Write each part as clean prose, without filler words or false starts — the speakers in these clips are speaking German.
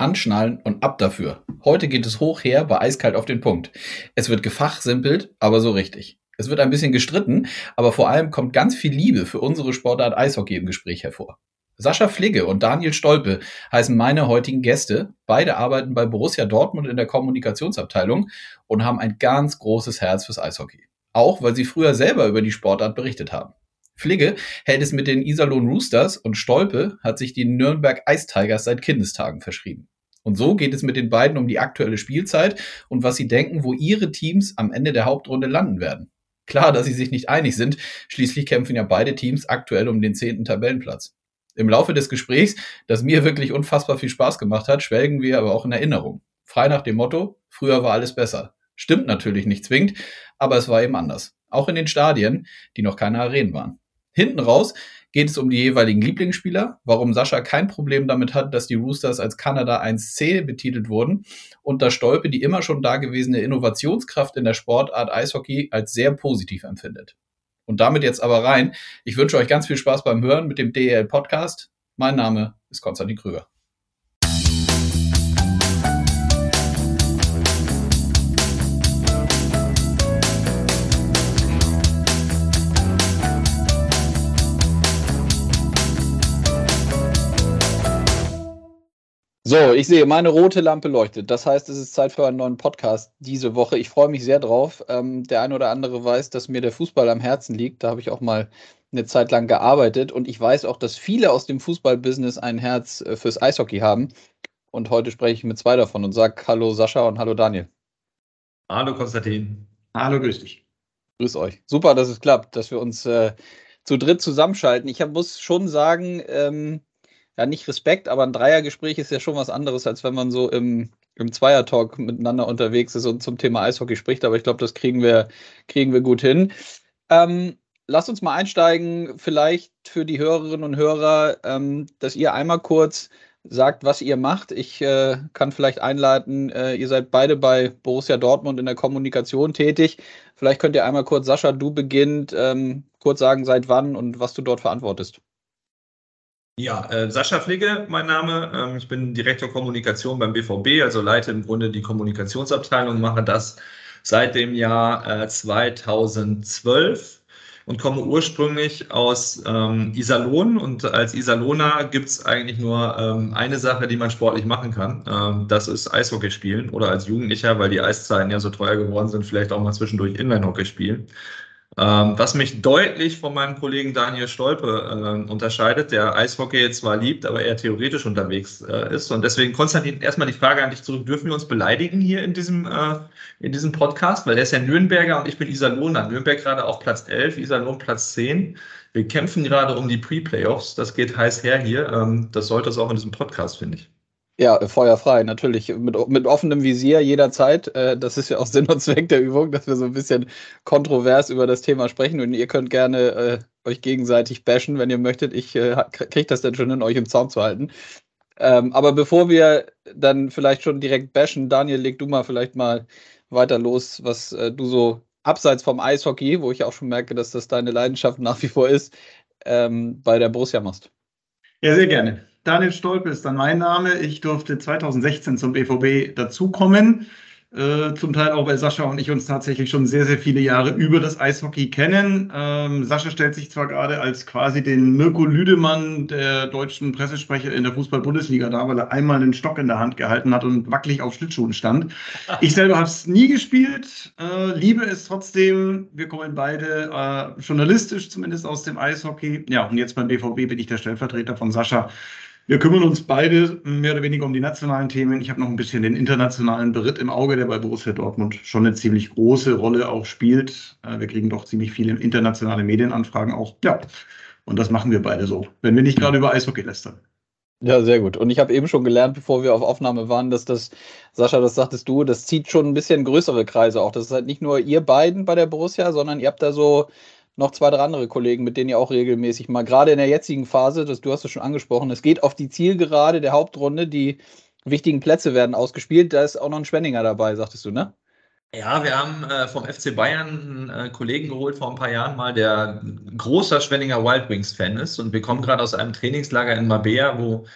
anschnallen und ab dafür. Heute geht es hoch her bei Eiskalt auf den Punkt. Es wird gefachsimpelt, aber so richtig. Es wird ein bisschen gestritten, aber vor allem kommt ganz viel Liebe für unsere Sportart Eishockey im Gespräch hervor. Sascha Fligge und Daniel Stolpe heißen meine heutigen Gäste. Beide arbeiten bei Borussia Dortmund in der Kommunikationsabteilung und haben ein ganz großes Herz fürs Eishockey. Auch weil sie früher selber über die Sportart berichtet haben. Fligge hält es mit den Iserlohn Roosters und Stolpe hat sich die Nürnberg Ice Tigers seit Kindestagen verschrieben. Und so geht es mit den beiden um die aktuelle Spielzeit und was sie denken, wo ihre Teams am Ende der Hauptrunde landen werden. Klar, dass sie sich nicht einig sind, schließlich kämpfen ja beide Teams aktuell um den 10. Tabellenplatz. Im Laufe des Gesprächs, das mir wirklich unfassbar viel Spaß gemacht hat, schwelgen wir aber auch in Erinnerung. Frei nach dem Motto, früher war alles besser. Stimmt natürlich nicht zwingend, aber es war eben anders. Auch in den Stadien, die noch keine Arenen waren. Hinten raus geht es um die jeweiligen Lieblingsspieler, warum Sascha kein Problem damit hat, dass die Roosters als Kanada 1C betitelt wurden und dass Stolpe die immer schon dagewesene Innovationskraft in der Sportart Eishockey als sehr positiv empfindet. Und damit jetzt aber rein. Ich wünsche euch ganz viel Spaß beim Hören mit dem DEL Podcast. Mein Name ist Konstantin Krüger. So, ich sehe, meine rote Lampe leuchtet. Das heißt, es ist Zeit für einen neuen Podcast diese Woche. Ich freue mich sehr drauf. Der ein oder andere weiß, dass mir der Fußball am Herzen liegt. Da habe ich auch mal eine Zeit lang gearbeitet. Und ich weiß auch, dass viele aus dem Fußballbusiness ein Herz fürs Eishockey haben. Und heute spreche ich mit zwei davon und sage Hallo Sascha und Hallo Daniel. Hallo Konstantin. Hallo, grüß dich. Grüß euch. Super, dass es klappt, dass wir uns zu dritt zusammenschalten. Ich muss schon sagen, ja, nicht Respekt, aber ein Dreiergespräch ist ja schon was anderes, als wenn man so im Zweier-Talk miteinander unterwegs ist und zum Thema Eishockey spricht. Aber ich glaube, das kriegen wir gut hin. Lasst uns mal einsteigen, vielleicht für die Hörerinnen und Hörer, dass ihr einmal kurz sagt, was ihr macht. Ich kann vielleicht einleiten, ihr seid beide bei Borussia Dortmund in der Kommunikation tätig. Vielleicht könnt ihr einmal kurz, Sascha, du beginnst, kurz sagen, seit wann und was du dort verantwortest. Ja, Sascha Fligge, mein Name. Ich bin Direktor Kommunikation beim BVB, also leite im Grunde die Kommunikationsabteilung, mache das seit dem Jahr 2012 und komme ursprünglich aus Iserlohn. Und als Iserlohner gibt es eigentlich nur eine Sache, die man sportlich machen kann. Das ist Eishockey spielen oder als Jugendlicher, weil die Eiszeiten ja so teuer geworden sind, vielleicht auch mal zwischendurch Inline-Hockey spielen. Was mich deutlich von meinem Kollegen Daniel Stolpe unterscheidet, der Eishockey zwar liebt, aber eher theoretisch unterwegs ist. Und deswegen, Konstantin, erstmal die Frage an dich zurück. Dürfen wir uns beleidigen hier in diesem Podcast? Weil der ist ja Nürnberger und ich bin Iserlohner. Nürnberg gerade auf Platz 11, Iserlohn Platz 10. Wir kämpfen gerade um die Pre-Playoffs. Das geht heiß her hier. Das sollte es auch in diesem Podcast, finde ich. Ja, feuerfrei, natürlich. Mit offenem Visier jederzeit. Das ist ja auch Sinn und Zweck der Übung, dass wir so ein bisschen kontrovers über das Thema sprechen. Und ihr könnt gerne euch gegenseitig bashen, wenn ihr möchtet. Ich kriege das dann schon hin, euch im Zaum zu halten. Aber bevor wir dann vielleicht schon direkt bashen, Daniel, leg du mal vielleicht mal weiter los, was du so abseits vom Eishockey, wo ich auch schon merke, dass das deine Leidenschaft nach wie vor ist, bei der Borussia machst. Ja, sehr gerne. Daniel Stolpe ist dann mein Name. Ich durfte 2016 zum BVB dazukommen. Zum Teil auch, weil Sascha und ich uns tatsächlich schon sehr, sehr viele Jahre über das Eishockey kennen. Sascha stellt sich zwar gerade als quasi den Mirko Lüdemann der deutschen Pressesprecher in der Fußball-Bundesliga dar, weil er einmal einen Stock in der Hand gehalten hat und wackelig auf Schlittschuhen stand. Ich selber habe es nie gespielt, liebe es trotzdem. Wir kommen beide journalistisch zumindest aus dem Eishockey. Ja, und jetzt beim BVB bin ich der Stellvertreter von Sascha. Wir kümmern uns beide mehr oder weniger um die nationalen Themen. Ich habe noch ein bisschen den internationalen Beritt im Auge, der bei Borussia Dortmund schon eine ziemlich große Rolle auch spielt. Wir kriegen doch ziemlich viele internationale Medienanfragen auch. Ja, und das machen wir beide so, wenn wir nicht gerade über Eishockey lästern. Ja, sehr gut. Und ich habe eben schon gelernt, bevor wir auf Aufnahme waren, dass das, Sascha, das sagtest du, das zieht schon ein bisschen größere Kreise auch. Das ist halt nicht nur ihr beiden bei der Borussia, sondern ihr habt da so noch 2, 3 andere Kollegen, mit denen ihr auch regelmäßig mal, gerade in der jetzigen Phase, du hast es schon angesprochen, es geht auf die Zielgerade der Hauptrunde, die wichtigen Plätze werden ausgespielt, da ist auch noch ein Schwenninger dabei, sagtest du, ne? Ja, wir haben vom FC Bayern einen Kollegen geholt vor ein paar Jahren mal, der ein großer Schwenninger Wild Wings-Fan ist und wir kommen gerade aus einem Trainingslager in Marbella, wo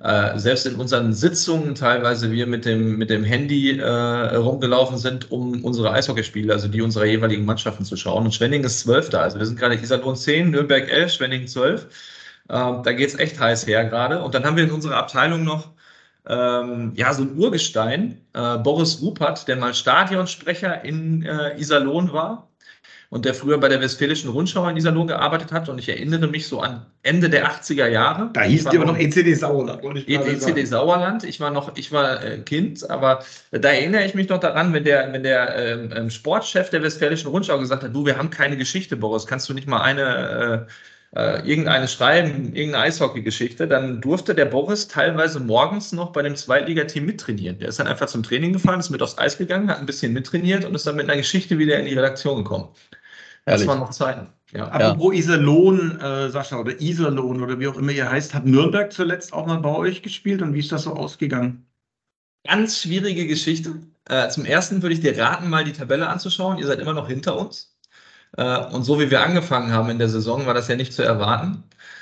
selbst in unseren Sitzungen teilweise wir mit dem Handy rumgelaufen sind, um unsere Eishockeyspiele, also die unserer jeweiligen Mannschaften zu schauen. Und Schwenningen ist 12. Also wir sind gerade Iserlohn 10, Nürnberg 11, Schwenningen 12. Da geht's echt heiß her gerade. Und dann haben wir in unserer Abteilung noch so ein Urgestein, Boris Rupert, der mal Stadionsprecher in Iserlohn war und der früher bei der Westfälischen Rundschau in Iserlohn gearbeitet hat. Und ich erinnere mich so an Ende der 80er Jahre. Da hieß die aber noch ECD Sauerland. ECD Sauerland. Ich war Kind, aber da erinnere ich mich noch daran, wenn der Sportchef der Westfälischen Rundschau gesagt hat, du, wir haben keine Geschichte, Boris, kannst du nicht mal irgendeine schreiben, irgendeine Eishockey-Geschichte, dann durfte der Boris teilweise morgens noch bei dem Zweitligateam mittrainieren. Der ist dann einfach zum Training gefahren, ist mit aufs Eis gegangen, hat ein bisschen mittrainiert und ist dann mit einer Geschichte wieder in die Redaktion gekommen. Das waren noch Zeiten. Ja. Apropos Iserlohn, Sascha, oder Iserlohn oder wie auch immer ihr heißt, hat Nürnberg zuletzt auch mal bei euch gespielt und wie ist das so ausgegangen? Ganz schwierige Geschichte. Zum Ersten würde ich dir raten, mal die Tabelle anzuschauen. Ihr seid immer noch hinter uns. Und so wie wir angefangen haben in der Saison, war das ja nicht zu erwarten.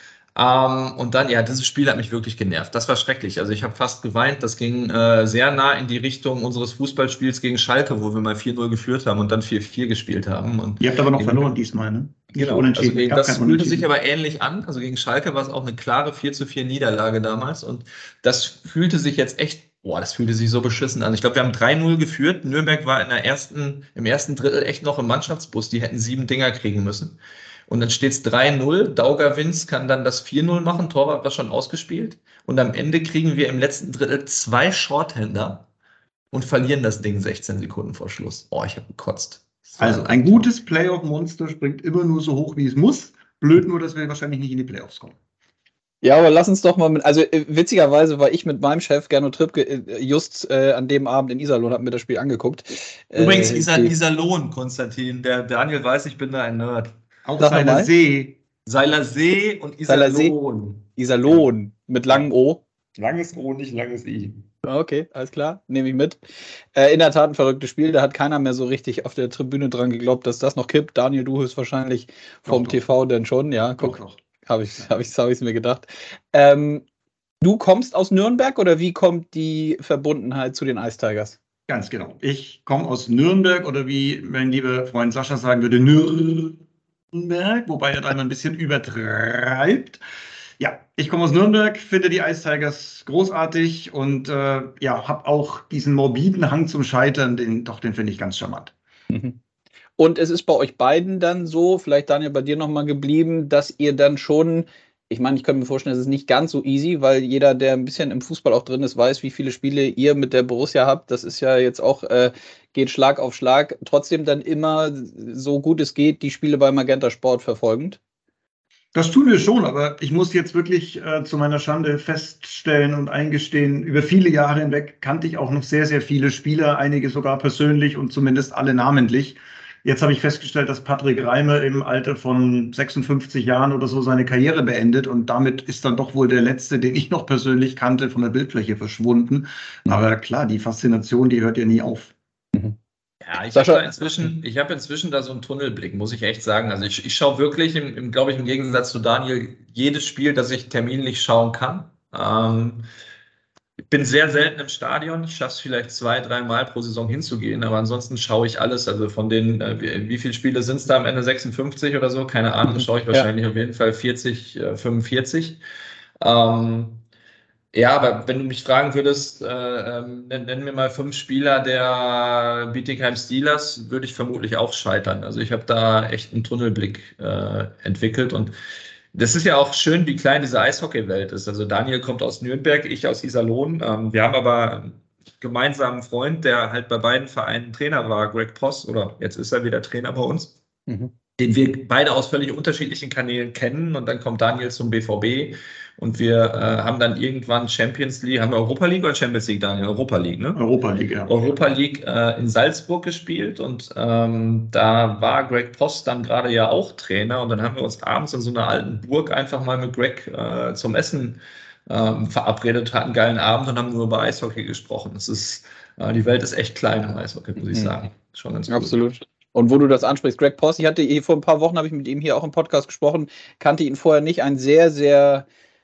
Und dann, dieses Spiel hat mich wirklich genervt. Das war schrecklich. Also ich habe fast geweint. Das ging sehr nah in die Richtung unseres Fußballspiels gegen Schalke, wo wir mal 4-0 geführt haben und dann 4-4 gespielt haben. Und ihr habt aber noch verloren diesmal, ne? Genau, also das fühlte sich aber ähnlich an. Also gegen Schalke war es auch eine klare 4-4 Niederlage damals. Und das fühlte sich jetzt echt, das fühlte sich so beschissen an. Ich glaube, wir haben 3-0 geführt. Nürnberg war im ersten Drittel echt noch im Mannschaftsbus. Die hätten 7 Dinger kriegen müssen. Und dann steht es 3-0. Dauger-Winz kann dann das 4-0 machen. Torwart war schon ausgespielt. Und am Ende kriegen wir im letzten Drittel 2 Shorthänder und verlieren das Ding 16 Sekunden vor Schluss. Ich habe gekotzt. Also ein gutes Playoff-Monster springt immer nur so hoch, wie es muss. Blöd nur, dass wir wahrscheinlich nicht in die Playoffs kommen. Ja, aber lass uns doch mal witzigerweise war ich mit meinem Chef Gernot Trippke just an dem Abend in Iserlohn, hab mir das Spiel angeguckt. Übrigens Iserlohn, Konstantin. Der Daniel weiß, ich bin da ein Nerd. Auch Seilersee. Seilersee und Iserlohn. Iserlohn mit langem O. Langes O, nicht langes I. Okay, alles klar, nehme ich mit. In der Tat ein verrücktes Spiel, da hat keiner mehr so richtig auf der Tribüne dran geglaubt, dass das noch kippt. Daniel, du höchstwahrscheinlich vom TV denn schon, ja, guck. Doch. Habe ich mir gedacht. Du kommst aus Nürnberg oder wie kommt die Verbundenheit zu den Ice Tigers? Ganz genau. Ich komme aus Nürnberg oder wie mein lieber Freund Sascha sagen würde, Nürnberg, wobei er da immer ein bisschen übertreibt. Ja, ich komme aus Nürnberg, finde die Ice Tigers großartig und habe auch diesen morbiden Hang zum Scheitern, den finde ich ganz charmant. Mhm. Und es ist bei euch beiden dann so, vielleicht Daniel bei dir nochmal geblieben, dass ihr dann schon, ich meine, ich könnte mir vorstellen, es ist nicht ganz so easy, weil jeder, der ein bisschen im Fußball auch drin ist, weiß, wie viele Spiele ihr mit der Borussia habt. Das ist ja jetzt auch, geht Schlag auf Schlag. Trotzdem dann immer, so gut es geht, die Spiele bei Magenta Sport verfolgend. Das tun wir schon, aber ich muss jetzt wirklich zu meiner Schande feststellen und eingestehen, über viele Jahre hinweg kannte ich auch noch sehr, sehr viele Spieler, einige sogar persönlich und zumindest alle namentlich. Jetzt habe ich festgestellt, dass Patrick Reimer im Alter von 56 Jahren oder so seine Karriere beendet und damit ist dann doch wohl der letzte, den ich noch persönlich kannte, von der Bildfläche verschwunden. Aber klar, die Faszination, die hört ja nie auf. Ja, ich habe inzwischen da so einen Tunnelblick, muss ich echt sagen. Also ich schaue wirklich, glaube ich, im Gegensatz zu Daniel, jedes Spiel, das ich terminlich schauen kann. Ich bin sehr selten im Stadion. Ich schaffe es vielleicht 2-3 Mal pro Saison hinzugehen, aber ansonsten schaue ich alles. Also von den, wie viele Spiele sind es da am Ende? 56 oder so? Keine Ahnung, schaue ich wahrscheinlich auf jeden Fall 40, 45. Aber wenn du mich fragen würdest, nenn mir mal 5 Spieler der Bietigheim Steelers, würde ich vermutlich auch scheitern. Also ich habe da echt einen Tunnelblick entwickelt und das ist ja auch schön, wie klein diese Eishockey-Welt ist. Also Daniel kommt aus Nürnberg, ich aus Iserlohn. Wir haben aber einen gemeinsamen Freund, der halt bei beiden Vereinen Trainer war, Greg Poss, oder jetzt ist er wieder Trainer bei uns, den wir beide aus völlig unterschiedlichen Kanälen kennen. Und dann kommt Daniel zum BVB und wir haben dann irgendwann Champions League, haben wir Europa League oder Champions League, Daniel? Europa League, ne? Europa League, ja. Europa League in Salzburg gespielt und da war Greg Post dann gerade ja auch Trainer und dann haben wir uns abends in so einer alten Burg einfach mal mit Greg zum Essen verabredet, hatten einen geilen Abend und haben nur über Eishockey gesprochen. Die Welt ist echt klein im Eishockey, muss ich sagen. Schon ganz gut. Absolut. Und wo du das ansprichst, Greg Poss, vor ein paar Wochen habe ich mit ihm hier auch im Podcast gesprochen, kannte ihn vorher nicht, ein sehr, sehr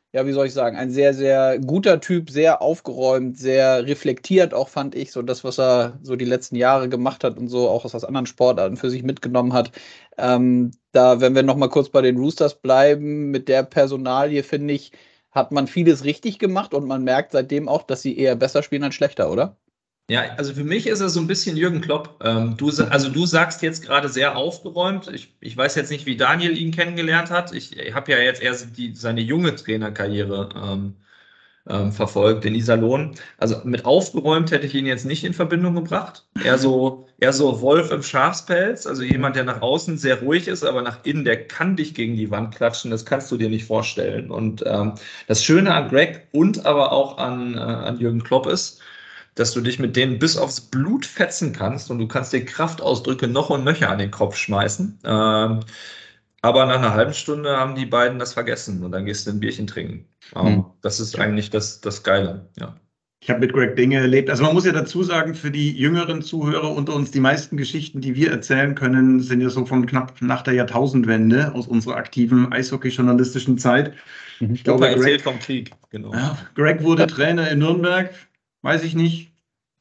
ja, wie soll ich sagen, ein sehr, sehr guter Typ, sehr aufgeräumt, sehr reflektiert auch, fand ich, so das, was er so die letzten Jahre gemacht hat und so auch aus anderen Sportarten für sich mitgenommen hat. Da, wenn wir noch mal kurz bei den Roosters bleiben, mit der Personalie, finde ich, hat man vieles richtig gemacht und man merkt seitdem auch, dass sie eher besser spielen als schlechter, oder? Ja, also für mich ist er so ein bisschen Jürgen Klopp. Also du sagst jetzt gerade sehr aufgeräumt. Ich weiß jetzt nicht, wie Daniel ihn kennengelernt hat. Ich habe ja jetzt erst seine junge Trainerkarriere verfolgt in Iserlohn. Also mit aufgeräumt hätte ich ihn jetzt nicht in Verbindung gebracht. Eher so Wolf im Schafspelz, also jemand, der nach außen sehr ruhig ist, aber nach innen, der kann dich gegen die Wand klatschen. Das kannst du dir nicht vorstellen. Und das Schöne an Greg und aber auch an Jürgen Klopp ist, dass du dich mit denen bis aufs Blut fetzen kannst und du kannst dir Kraftausdrücke noch und nöcher an den Kopf schmeißen. Aber nach einer halben Stunde haben die beiden das vergessen und dann gehst du ein Bierchen trinken. Das ist eigentlich das Geile, ja. Ich habe mit Greg Dinge erlebt. Also man muss ja dazu sagen, für die jüngeren Zuhörer unter uns, die meisten Geschichten, die wir erzählen können, sind ja so von knapp nach der Jahrtausendwende aus unserer aktiven eishockey-journalistischen Zeit. Ich glaube, er erzählt vom Krieg, genau. Ja, Greg wurde Trainer in Nürnberg, weiß ich nicht,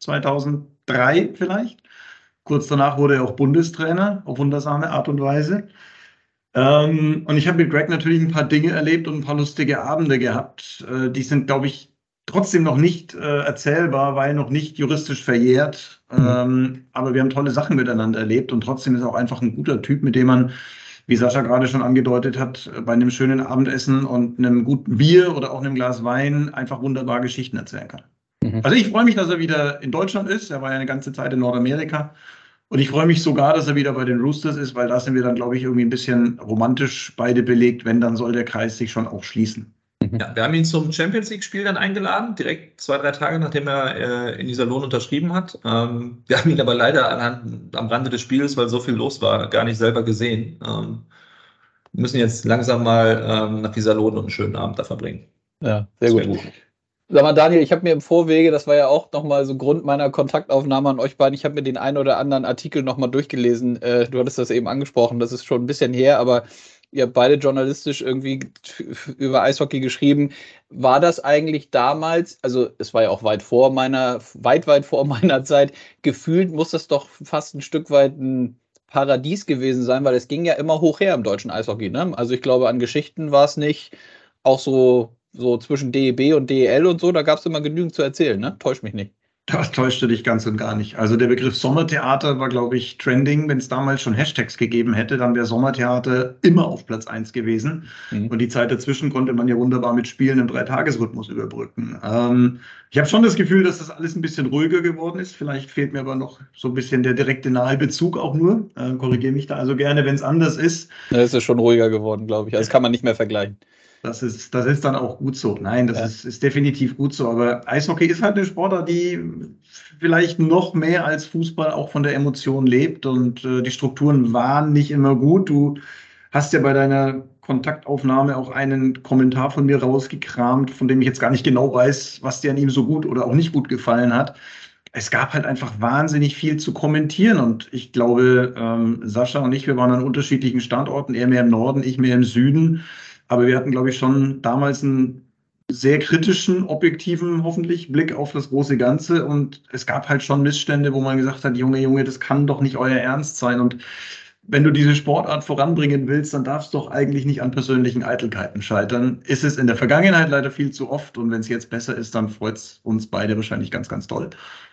2003 vielleicht. Kurz danach wurde er auch Bundestrainer, auf wundersame Art und Weise. Und ich habe mit Greg natürlich ein paar Dinge erlebt und ein paar lustige Abende gehabt. Die sind, glaube ich, trotzdem noch nicht erzählbar, weil noch nicht juristisch verjährt. Aber wir haben tolle Sachen miteinander erlebt und trotzdem ist er auch einfach ein guter Typ, mit dem man, wie Sascha gerade schon angedeutet hat, bei einem schönen Abendessen und einem guten Bier oder auch einem Glas Wein einfach wunderbar Geschichten erzählen kann. Also ich freue mich, dass er wieder in Deutschland ist. Er war ja eine ganze Zeit in Nordamerika. Und ich freue mich sogar, dass er wieder bei den Roosters ist, weil da sind wir dann, glaube ich, irgendwie ein bisschen romantisch beide belegt. Wenn, dann soll der Kreis sich schon auch schließen. Ja, wir haben ihn zum Champions League-Spiel dann eingeladen, direkt 2-3 Tage, nachdem er in Iserlohn unterschrieben hat. Wir haben ihn aber leider am Rande des Spiels, weil so viel los war, gar nicht selber gesehen. Müssen jetzt langsam mal nach Iserlohn und einen schönen Abend da verbringen. Ja, sehr gut. Sag mal, Daniel, ich habe mir im Vorwege, das war ja auch nochmal so Grund meiner Kontaktaufnahme an euch beiden, ich habe mir den einen oder anderen Artikel nochmal durchgelesen. Du hattest das eben angesprochen, das ist schon ein bisschen her, aber ihr habt beide journalistisch irgendwie über Eishockey geschrieben. War das eigentlich damals, also es war ja auch weit vor weit vor meiner Zeit, gefühlt muss das doch fast ein Stück weit ein Paradies gewesen sein, weil es ging ja immer hoch her im deutschen Eishockey, ne? Also ich glaube, an Geschichten war es nicht, auch so zwischen DEB und DEL und so, da gab es immer genügend zu erzählen, ne? Täuscht mich nicht. Das täuschte dich ganz und gar nicht. Also der Begriff Sommertheater war, glaube ich, trending. Wenn es damals schon Hashtags gegeben hätte, dann wäre Sommertheater immer auf Platz 1 gewesen. Und die Zeit dazwischen konnte man ja wunderbar mit Spielen im Dreitagesrhythmus überbrücken. Ich habe schon das Gefühl, dass das alles ein bisschen ruhiger geworden ist. Vielleicht fehlt mir aber noch so ein bisschen der direkte nahe Bezug auch nur. Korrigiere mich da also gerne, wenn es anders ist. Ja, es ist schon ruhiger geworden, glaube ich. Also das kann man nicht mehr vergleichen. Das ist dann auch gut so. Nein, das ist definitiv gut so. Aber Eishockey ist halt eine Sportart, die vielleicht noch mehr als Fußball auch von der Emotion lebt. Und die Strukturen waren nicht immer gut. Du hast ja bei deiner Kontaktaufnahme auch einen Kommentar von mir rausgekramt, von dem ich jetzt gar nicht genau weiß, was dir an ihm so gut oder auch nicht gut gefallen hat. Es gab halt einfach wahnsinnig viel zu kommentieren. Und ich glaube, Sascha und ich, wir waren an unterschiedlichen Standorten, er mehr im Norden, ich mehr im Süden. Aber wir hatten, glaube ich, schon damals einen sehr kritischen, objektiven, hoffentlich, Blick auf das große Ganze. Und es gab halt schon Missstände, wo man gesagt hat, Junge, das kann doch nicht euer Ernst sein. Und wenn du diese Sportart voranbringen willst, dann darf es doch eigentlich nicht an persönlichen Eitelkeiten scheitern. Ist es in der Vergangenheit leider viel zu oft. Und wenn es jetzt besser ist, dann freut es uns beide wahrscheinlich ganz, ganz toll.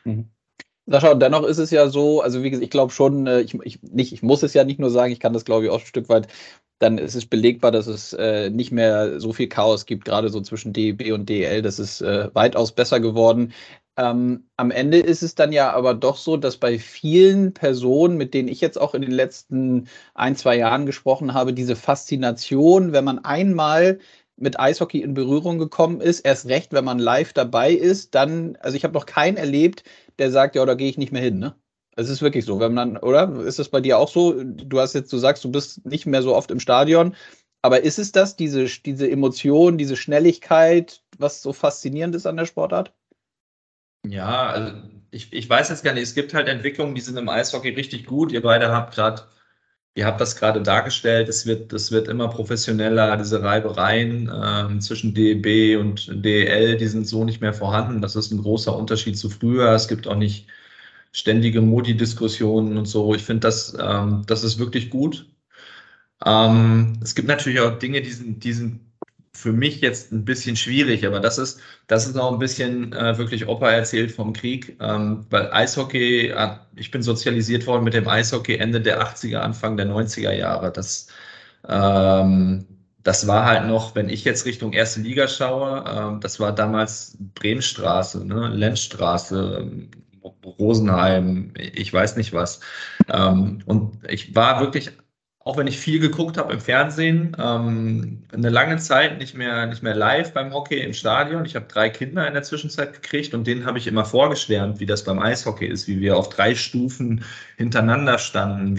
Sascha, und dennoch ist es ja so, also wie gesagt, ich glaube schon, ich muss es ja nicht nur sagen, ich kann das, glaube ich, auch ein Stück weit, dann ist es belegbar, dass es nicht mehr so viel Chaos gibt, gerade so zwischen DEB und DEL, das ist weitaus besser geworden. Am Ende ist es dann ja aber doch so, dass bei vielen Personen, mit denen ich jetzt auch in den letzten 1-2 Jahren gesprochen habe, diese Faszination, wenn man einmal mit Eishockey in Berührung gekommen ist, erst recht, wenn man live dabei ist, dann, also ich habe noch keinen erlebt, der sagt, ja, da gehe ich nicht mehr hin, ne? Es ist wirklich so, wenn man, oder? Ist es bei dir auch so? Du sagst, du bist nicht mehr so oft im Stadion, aber ist es das, diese Emotion, diese Schnelligkeit, was so faszinierend ist an der Sportart? Ja, also ich weiß jetzt gar nicht, es gibt halt Entwicklungen, die sind im Eishockey richtig gut. Ihr beide habt gerade Ihr habt das gerade dargestellt, das wird immer professioneller, diese Reibereien zwischen DEB und DEL, die sind so nicht mehr vorhanden. Das ist ein großer Unterschied zu früher. Es gibt auch nicht ständige Modi-Diskussionen und so. Ich finde, das ist wirklich gut. Es gibt natürlich auch Dinge, die sind für mich jetzt ein bisschen schwierig, aber das ist auch ein bisschen wirklich Opa erzählt vom Krieg, weil Eishockey, ich bin sozialisiert worden mit dem Eishockey Ende der 80er, Anfang der 90er Jahre. Das war halt noch, wenn ich jetzt Richtung erste Liga schaue, das war damals Bremenstraße, ne? Lenzstraße, Rosenheim, ich weiß nicht was. Und ich war wirklich, auch wenn ich viel geguckt habe im Fernsehen, eine lange Zeit nicht mehr live beim Hockey im Stadion. Ich habe 3 Kinder in der Zwischenzeit gekriegt und denen habe ich immer vorgeschwärmt, wie das beim Eishockey ist, wie wir auf 3 Stufen hintereinander standen,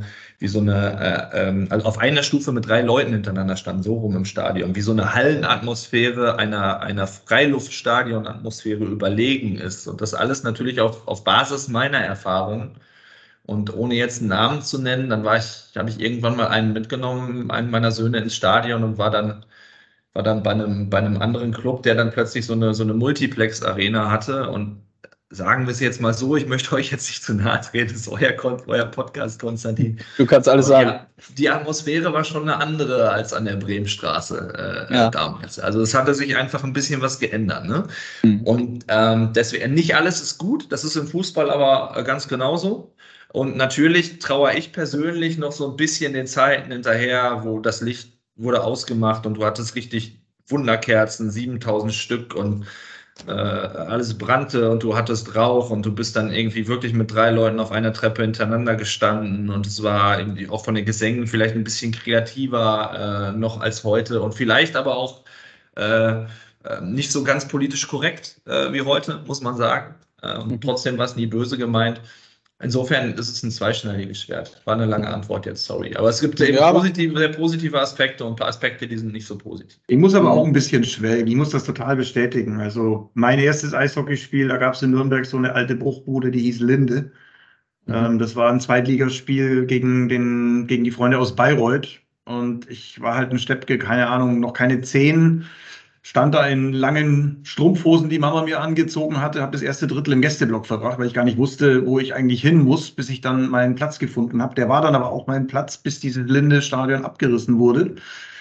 also auf einer Stufe mit 3 Leuten hintereinander standen, so rum im Stadion, wie so eine Hallenatmosphäre einer Freiluftstadionatmosphäre überlegen ist. Und das alles natürlich auf Basis meiner Erfahrung. Und ohne jetzt einen Namen zu nennen, habe ich irgendwann mal einen mitgenommen, einen meiner Söhne ins Stadion und war dann bei einem anderen Club, der dann plötzlich so eine Multiplex-Arena hatte. Und sagen wir es jetzt mal so, ich möchte euch jetzt nicht zu nahe treten, das ist euer Podcast, Konstantin. Du kannst alles sagen. Ja, die Atmosphäre war schon eine andere als an der Bremenstraße damals. Also es hatte sich einfach ein bisschen was geändert. Ne? Und deswegen, nicht alles ist gut, das ist im Fußball aber ganz genauso. Und natürlich trauere ich persönlich noch so ein bisschen den Zeiten hinterher, wo das Licht wurde ausgemacht und du hattest richtig Wunderkerzen, 7000 Stück und alles brannte und du hattest Rauch und du bist dann irgendwie wirklich mit 3 Leuten auf einer Treppe hintereinander gestanden und es war irgendwie auch von den Gesängen vielleicht ein bisschen kreativer noch als heute und vielleicht aber auch nicht so ganz politisch korrekt wie heute, muss man sagen. Trotzdem war es nie böse gemeint. Insofern ist es ein zweischneidiges Schwert. War eine lange Antwort jetzt, sorry. Aber es gibt eben sehr positive Aspekte und ein paar Aspekte, die sind nicht so positiv. Ich muss aber auch ein bisschen schwelgen. Ich muss das total bestätigen. Also mein erstes Eishockeyspiel, da gab es in Nürnberg so eine alte Bruchbude, die hieß Linde. Das war ein Zweitligaspiel gegen die Freunde aus Bayreuth. Und ich war halt ein Steppke, keine Ahnung, noch keine 10. Stand da in langen Strumpfhosen, die Mama mir angezogen hatte, habe das erste Drittel im Gästeblock verbracht, weil ich gar nicht wusste, wo ich eigentlich hin muss, bis ich dann meinen Platz gefunden habe. Der war dann aber auch mein Platz, bis dieses Linde-Stadion abgerissen wurde.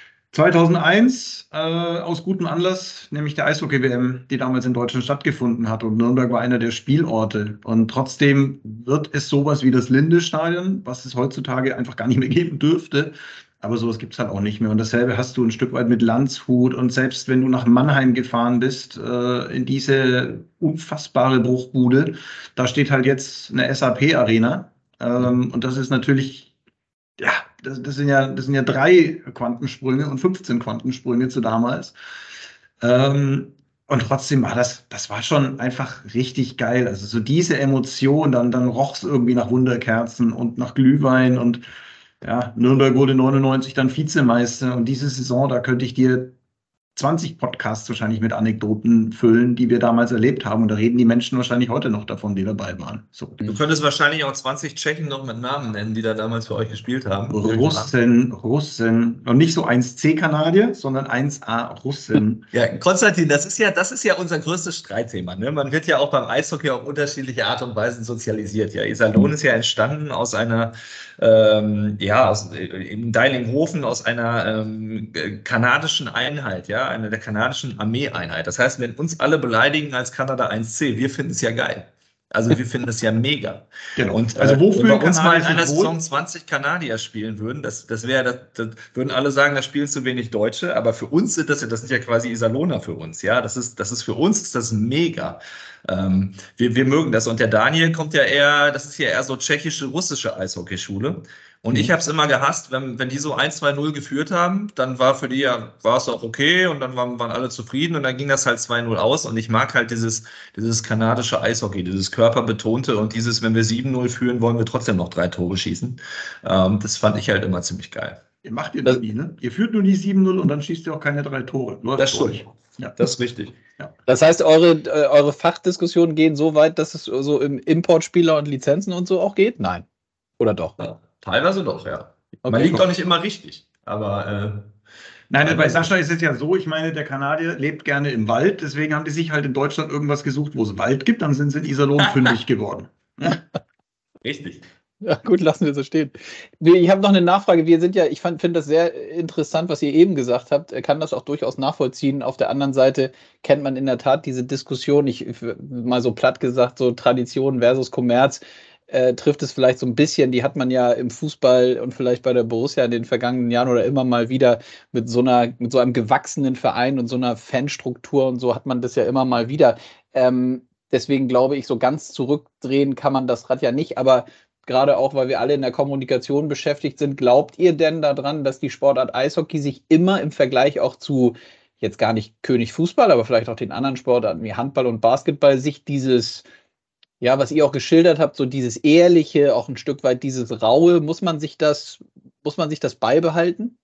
2001 aus gutem Anlass, nämlich der Eishockey-WM, die damals in Deutschland stattgefunden hat. Und Nürnberg war einer der Spielorte. Und trotzdem wird es sowas wie das Linde-Stadion, was es heutzutage einfach gar nicht mehr geben dürfte. Aber sowas gibt es halt auch nicht mehr. Und dasselbe hast du ein Stück weit mit Landshut. Und selbst wenn du nach Mannheim gefahren bist, in diese unfassbare Bruchbude, da steht halt jetzt eine SAP-Arena. Und das ist natürlich, ja, das sind ja 3 Quantensprünge und 15 Quantensprünge zu damals. Und trotzdem war das war schon einfach richtig geil. Also so diese Emotion, dann roch es irgendwie nach Wunderkerzen und nach Glühwein und ja, Nürnberg wurde 99 dann Vizemeister und diese Saison, da könnte ich dir 20 Podcasts wahrscheinlich mit Anekdoten füllen, die wir damals erlebt haben. Und da reden die Menschen wahrscheinlich heute noch davon, die dabei waren. So. Du könntest wahrscheinlich auch 20 Tschechen noch mit Namen nennen, die da damals für euch gespielt haben. Russen. Und nicht so 1C-Kanadier, sondern 1A Russen. Ja, Konstantin, das ist ja unser größtes Streitthema. Ne? Man wird ja auch beim Eishockey auf unterschiedliche Art und Weisen sozialisiert. Ja, Iserlohn ist ja entstanden aus einer in Deilinghofen aus einer kanadischen Einheit, ja, einer der kanadischen Armeeeinheit. Das heißt, wenn uns alle beleidigen als Kanada 1C, wir finden es ja geil. Also wir finden es ja mega. Genau. Und also wofür wenn bei uns mal in einer Saison 20 Kanadier spielen würden, das würden alle sagen, da spielen zu wenig Deutsche, aber für uns das sind ja quasi Iserlohner für uns, ja. Das ist für uns ist das mega. Wir mögen das. Und der Daniel kommt ja das ist ja eher so tschechische, russische Eishockeyschule. Und ich habe es immer gehasst, wenn die so 1-2-0 geführt haben, dann war für die war es auch okay und dann waren alle zufrieden und dann ging das halt 2-0 aus. Und ich mag halt dieses kanadische Eishockey, dieses körperbetonte und dieses, wenn wir 7-0 führen, wollen wir trotzdem noch 3 Tore schießen. Das fand ich halt immer ziemlich geil. Ihr macht das nie, ne? Ihr führt nur die 7-0 und dann schießt ihr auch keine 3 Tore. Das stimmt. Ja. Das ist richtig. Ja. Das heißt, eure Fachdiskussionen gehen so weit, dass es so im Importspieler und Lizenzen und so auch geht? Nein. Oder doch? Ja, teilweise doch, ja. Man liegt auch nicht immer richtig, aber Nein, bei Sascha ist es ja so, ich meine, der Kanadier lebt gerne im Wald, deswegen haben die sich halt in Deutschland irgendwas gesucht, wo es Wald gibt, dann sind sie in Iserlohn fündig geworden. richtig. Ja, gut, lassen wir so stehen. Ich habe noch eine Nachfrage. Wir sind ja, ich finde das sehr interessant, was ihr eben gesagt habt. Kann das auch durchaus nachvollziehen. Auf der anderen Seite kennt man in der Tat diese Diskussion, mal so platt gesagt, so Tradition versus Kommerz, trifft es vielleicht so ein bisschen. Die hat man ja im Fußball und vielleicht bei der Borussia in den vergangenen Jahren oder immer mal wieder mit so einem gewachsenen Verein und so einer Fanstruktur und so hat man das ja immer mal wieder. Deswegen glaube ich, so ganz zurückdrehen kann man das Rad ja nicht, aber gerade auch, weil wir alle in der Kommunikation beschäftigt sind, glaubt ihr denn daran, dass die Sportart Eishockey sich immer im Vergleich auch zu, jetzt gar nicht König Fußball, aber vielleicht auch den anderen Sportarten wie Handball und Basketball, sich dieses, ja, was ihr auch geschildert habt, so dieses Ehrliche, auch ein Stück weit dieses Raue, muss man sich das beibehalten?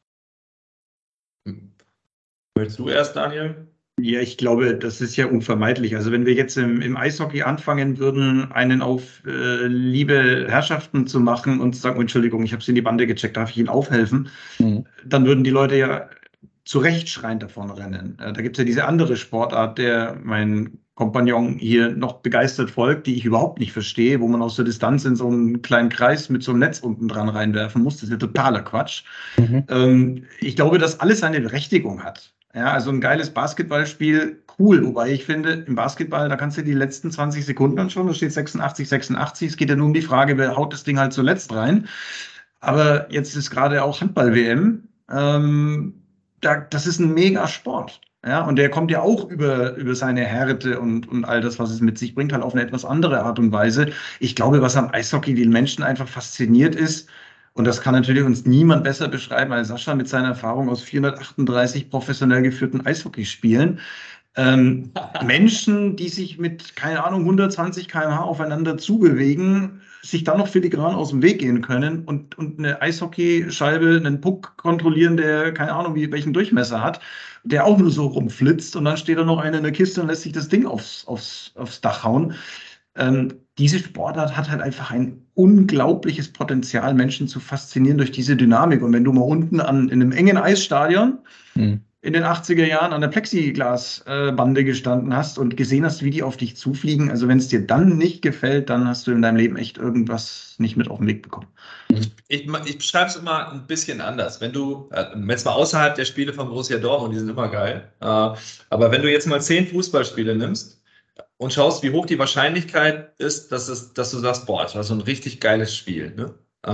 Willst du erst, Daniel? Ja, ich glaube, das ist ja unvermeidlich. Also wenn wir jetzt im Eishockey anfangen würden, einen auf liebe Herrschaften zu machen und zu sagen, oh, Entschuldigung, ich habe Sie in die Bande gecheckt, darf ich Ihnen aufhelfen? Dann würden die Leute ja zu Recht schreiend davon rennen. Da gibt es ja diese andere Sportart, der mein Kompagnon hier noch begeistert folgt, die ich überhaupt nicht verstehe, wo man aus der Distanz in so einen kleinen Kreis mit so einem Netz unten dran reinwerfen muss. Das ist ja totaler Quatsch. Ich glaube, dass alles seine Berechtigung hat. Ja, also ein geiles Basketballspiel, cool. Wobei ich finde, im Basketball, da kannst du die letzten 20 Sekunden anschauen, da steht 86, 86. Es geht ja nur um die Frage, wer haut das Ding halt zuletzt rein. Aber jetzt ist gerade auch Handball-WM. Das ist ein Mega-Sport. Ja, und der kommt ja auch über seine Härte und all das, was es mit sich bringt, halt auf eine etwas andere Art und Weise. Ich glaube, was am Eishockey den Menschen einfach fasziniert ist, und das kann natürlich uns niemand besser beschreiben als Sascha mit seiner Erfahrung aus 438 professionell geführten Eishockeyspielen. Menschen, die sich mit, keine Ahnung, 120 km/h aufeinander zubewegen, sich dann noch filigran aus dem Weg gehen können und eine Eishockeyscheibe, einen Puck kontrollieren, der, keine Ahnung, welchen Durchmesser hat, der auch nur so rumflitzt und dann steht da noch einer in der Kiste und lässt sich das Ding aufs Dach hauen. Diese Sportart hat halt einfach ein unglaubliches Potenzial, Menschen zu faszinieren durch diese Dynamik. Und wenn du mal unten in einem engen Eisstadion in den 80er Jahren an der Plexiglasbande gestanden hast und gesehen hast, wie die auf dich zufliegen, also wenn es dir dann nicht gefällt, dann hast du in deinem Leben echt irgendwas nicht mit auf den Weg bekommen. Ich beschreibe es immer ein bisschen anders. Wenn du, jetzt mal außerhalb der Spiele von Borussia Dortmund, die sind immer geil, aber wenn du jetzt mal 10 Fußballspiele nimmst, und schaust, wie hoch die Wahrscheinlichkeit ist, dass du sagst, boah, das war so ein richtig geiles Spiel. Ne?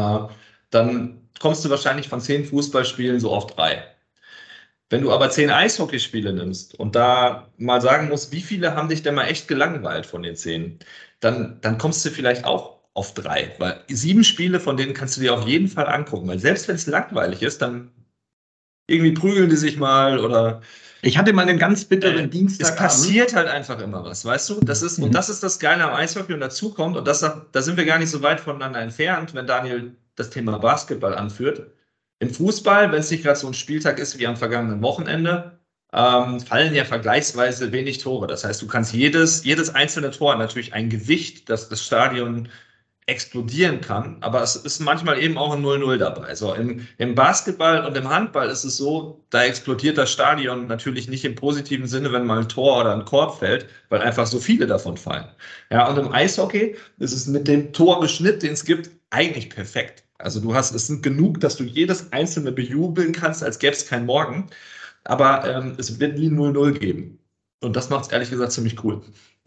Dann kommst du wahrscheinlich von 10 Fußballspielen so auf 3. Wenn du aber 10 Eishockeyspiele nimmst und da mal sagen musst, wie viele haben dich denn mal echt gelangweilt von den 10, dann kommst du vielleicht auch auf 3. Weil 7 Spiele, von denen kannst du dir auf jeden Fall angucken. Weil selbst wenn es langweilig ist, dann irgendwie prügeln die sich mal oder... Ich hatte mal einen ganz bitteren Dienstagabend. Es passiert halt einfach immer was, weißt du? Und das ist das Geile am Eishockey und dazu kommt, und da sind wir gar nicht so weit voneinander entfernt, wenn Daniel das Thema Basketball anführt. Im Fußball, wenn es nicht gerade so ein Spieltag ist wie am vergangenen Wochenende, fallen ja vergleichsweise wenig Tore. Das heißt, du kannst jedes einzelne Tor natürlich ein Gewicht, das das Stadion explodieren kann, aber es ist manchmal eben auch ein 0-0 dabei. Also im Basketball und im Handball ist es so, da explodiert das Stadion natürlich nicht im positiven Sinne, wenn mal ein Tor oder ein Korb fällt, weil einfach so viele davon fallen. Ja, und im Eishockey ist es mit dem Torbeschnitt, den es gibt, eigentlich perfekt. Also es sind genug, dass du jedes einzelne bejubeln kannst, als gäbe es kein Morgen, aber es wird nie 0-0 geben. Und das macht es ehrlich gesagt ziemlich cool.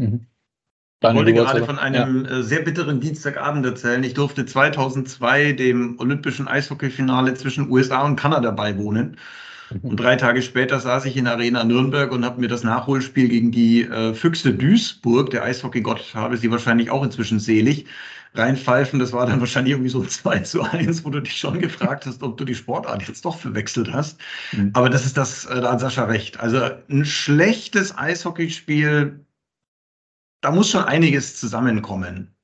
Ich wollte gerade von einem sehr bitteren Dienstagabend erzählen. Ich durfte 2002 dem olympischen Eishockeyfinale zwischen USA und Kanada beiwohnen. Und 3 Tage später saß ich in Arena Nürnberg und habe mir das Nachholspiel gegen die Füchse Duisburg, der Eishockeygott habe sie wahrscheinlich auch inzwischen selig, reinpfeifen. Das war dann wahrscheinlich irgendwie so 2:1, wo du dich schon gefragt hast, ob du die Sportart jetzt doch verwechselt hast. Aber das ist das, da hat Sascha recht. Also ein schlechtes Eishockeyspiel, da muss schon einiges zusammenkommen.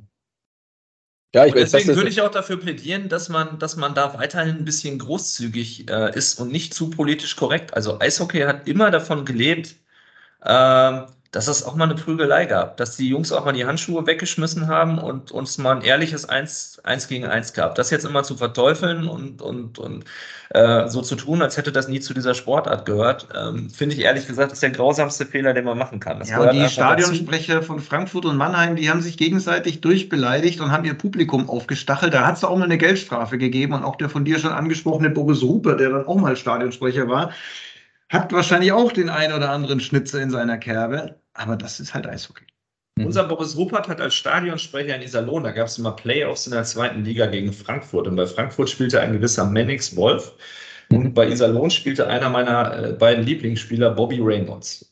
Ja, deswegen würde ich auch dafür plädieren, dass man da weiterhin ein bisschen großzügig ist und nicht zu politisch korrekt. Also Eishockey hat immer davon gelebt, dass es auch mal eine Prügelei gab, dass die Jungs auch mal die Handschuhe weggeschmissen haben und uns mal ein ehrliches 1 gegen 1 gab. Das jetzt immer zu verteufeln und so zu tun, als hätte das nie zu dieser Sportart gehört, finde ich ehrlich gesagt, ist der grausamste Fehler, den man machen kann. Das Ja, und gehört die einfach dazu. Stadionsprecher von Frankfurt und Mannheim, die haben sich gegenseitig durchbeleidigt und haben ihr Publikum aufgestachelt. Da hat es auch mal eine Geldstrafe gegeben und auch der von dir schon angesprochene Boris Ruper, der dann auch mal Stadionsprecher war, hat wahrscheinlich auch den ein oder anderen Schnitzer in seiner Kerbe. Aber das ist halt Eishockey. Unser Boris Ruppert hat als Stadionsprecher in Iserlohn, da gab es immer Playoffs in der 2. Liga gegen Frankfurt. Und bei Frankfurt spielte ein gewisser Mannix Wolf. Und bei Iserlohn spielte einer meiner beiden Lieblingsspieler, Bobby Reynolds.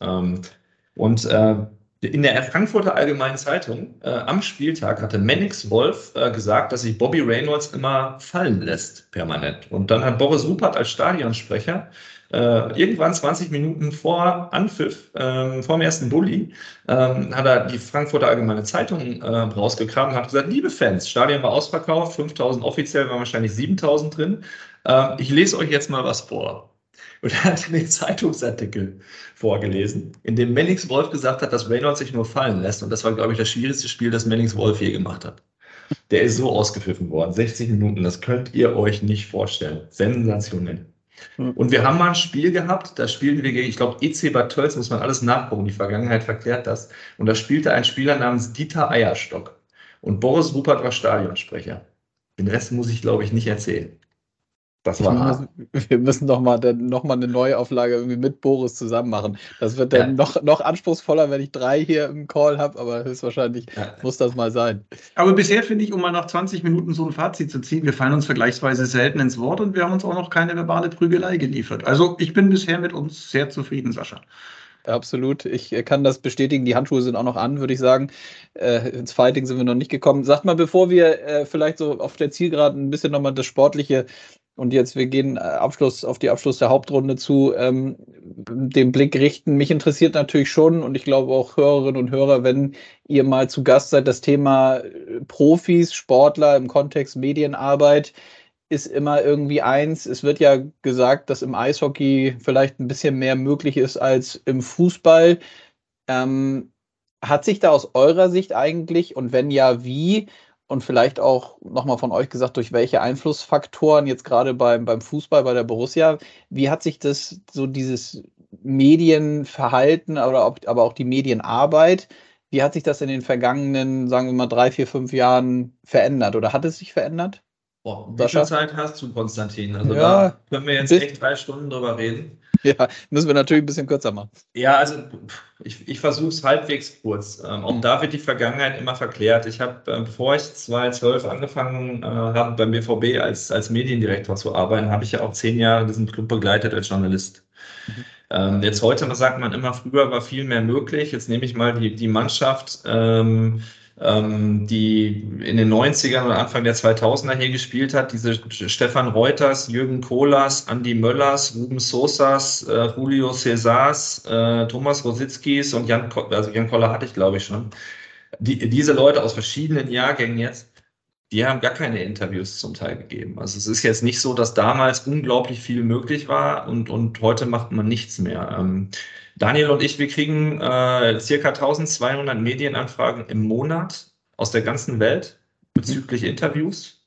In der Frankfurter Allgemeinen Zeitung am Spieltag hatte Mannix Wolf gesagt, dass sich Bobby Reynolds immer fallen lässt, permanent. Und dann hat Boris Ruppert als Stadionsprecher irgendwann 20 Minuten vor Anpfiff, vor dem ersten Bulli, hat er die Frankfurter Allgemeine Zeitung rausgekramt und hat gesagt, liebe Fans, Stadion war ausverkauft, 5.000 offiziell, waren wahrscheinlich 7.000 drin. Ich lese euch jetzt mal was vor. Und er hat den Zeitungsartikel vorgelesen, in dem Mannix Wolf gesagt hat, dass Reynolds sich nur fallen lässt. Und das war, glaube ich, das schwierigste Spiel, das Mannix Wolf je gemacht hat. Der ist so ausgepfiffen worden, 60 Minuten, das könnt ihr euch nicht vorstellen. Sensationell. Und wir haben mal ein Spiel gehabt, da spielten wir gegen, ich glaube, EC Bad Tölz, muss man alles nachgucken, die Vergangenheit verklärt das. Und da spielte ein Spieler namens Dieter Eierstock. Und Boris Ruppert war Stadionsprecher. Den Rest muss ich, glaube ich, nicht erzählen. Das war hart. Wir müssen noch mal eine Neuauflage irgendwie mit Boris zusammen machen. Das wird dann noch anspruchsvoller, wenn ich 3 hier im Call habe, aber höchstwahrscheinlich muss das mal sein. Aber bisher finde ich, um mal nach 20 Minuten so ein Fazit zu ziehen, wir fallen uns vergleichsweise selten ins Wort und wir haben uns auch noch keine verbale Prügelei geliefert. Also ich bin bisher mit uns sehr zufrieden, Sascha. Absolut, ich kann das bestätigen. Die Handschuhe sind auch noch an, würde ich sagen. Ins Fighting sind wir noch nicht gekommen. Sagt mal, bevor wir vielleicht so auf der Zielgeraden ein bisschen nochmal das Sportliche und jetzt wir gehen auf die Abschluss der Hauptrunde zu, den Blick richten. Mich interessiert natürlich schon und ich glaube auch Hörerinnen und Hörer, wenn ihr mal zu Gast seid, das Thema Profis, Sportler im Kontext Medienarbeit ist immer irgendwie eins. Es wird ja gesagt, dass im Eishockey vielleicht ein bisschen mehr möglich ist als im Fußball. Hat sich da aus eurer Sicht eigentlich und wenn ja, wie? Und vielleicht auch nochmal von euch gesagt, durch welche Einflussfaktoren jetzt gerade beim Fußball, bei der Borussia, wie hat sich das so dieses Medienverhalten aber auch die Medienarbeit, wie hat sich das in den vergangenen, sagen wir mal, 3, 4, 5 Jahren verändert oder hat es sich verändert? Boah, wie viel Zeit hast du, Konstantin? Also ja, da können wir jetzt echt 3 Stunden drüber reden. Ja, müssen wir natürlich ein bisschen kürzer machen. Ja, also ich versuche es halbwegs kurz. Auch da wird die Vergangenheit immer verklärt. Ich habe, bevor ich 2012 angefangen habe, beim BVB als Mediendirektor zu arbeiten, habe ich ja auch 10 Jahre diesen Club begleitet als Journalist. Jetzt heute sagt man immer, früher war viel mehr möglich. Jetzt nehme ich mal die Mannschaft, die in den 90ern oder Anfang der 2000er hier gespielt hat, diese Stefan Reuters, Jürgen Kohlers, Andi Möllers, Ruben Sosas, Julio Cesars, Thomas Rositzkis und Jan Koller hatte ich, glaube ich, schon. Diese Leute aus verschiedenen Jahrgängen jetzt, die haben gar keine Interviews zum Teil gegeben. Also es ist jetzt nicht so, dass damals unglaublich viel möglich war und heute macht man nichts mehr. Daniel und ich, wir kriegen circa 1200 Medienanfragen im Monat aus der ganzen Welt bezüglich Interviews.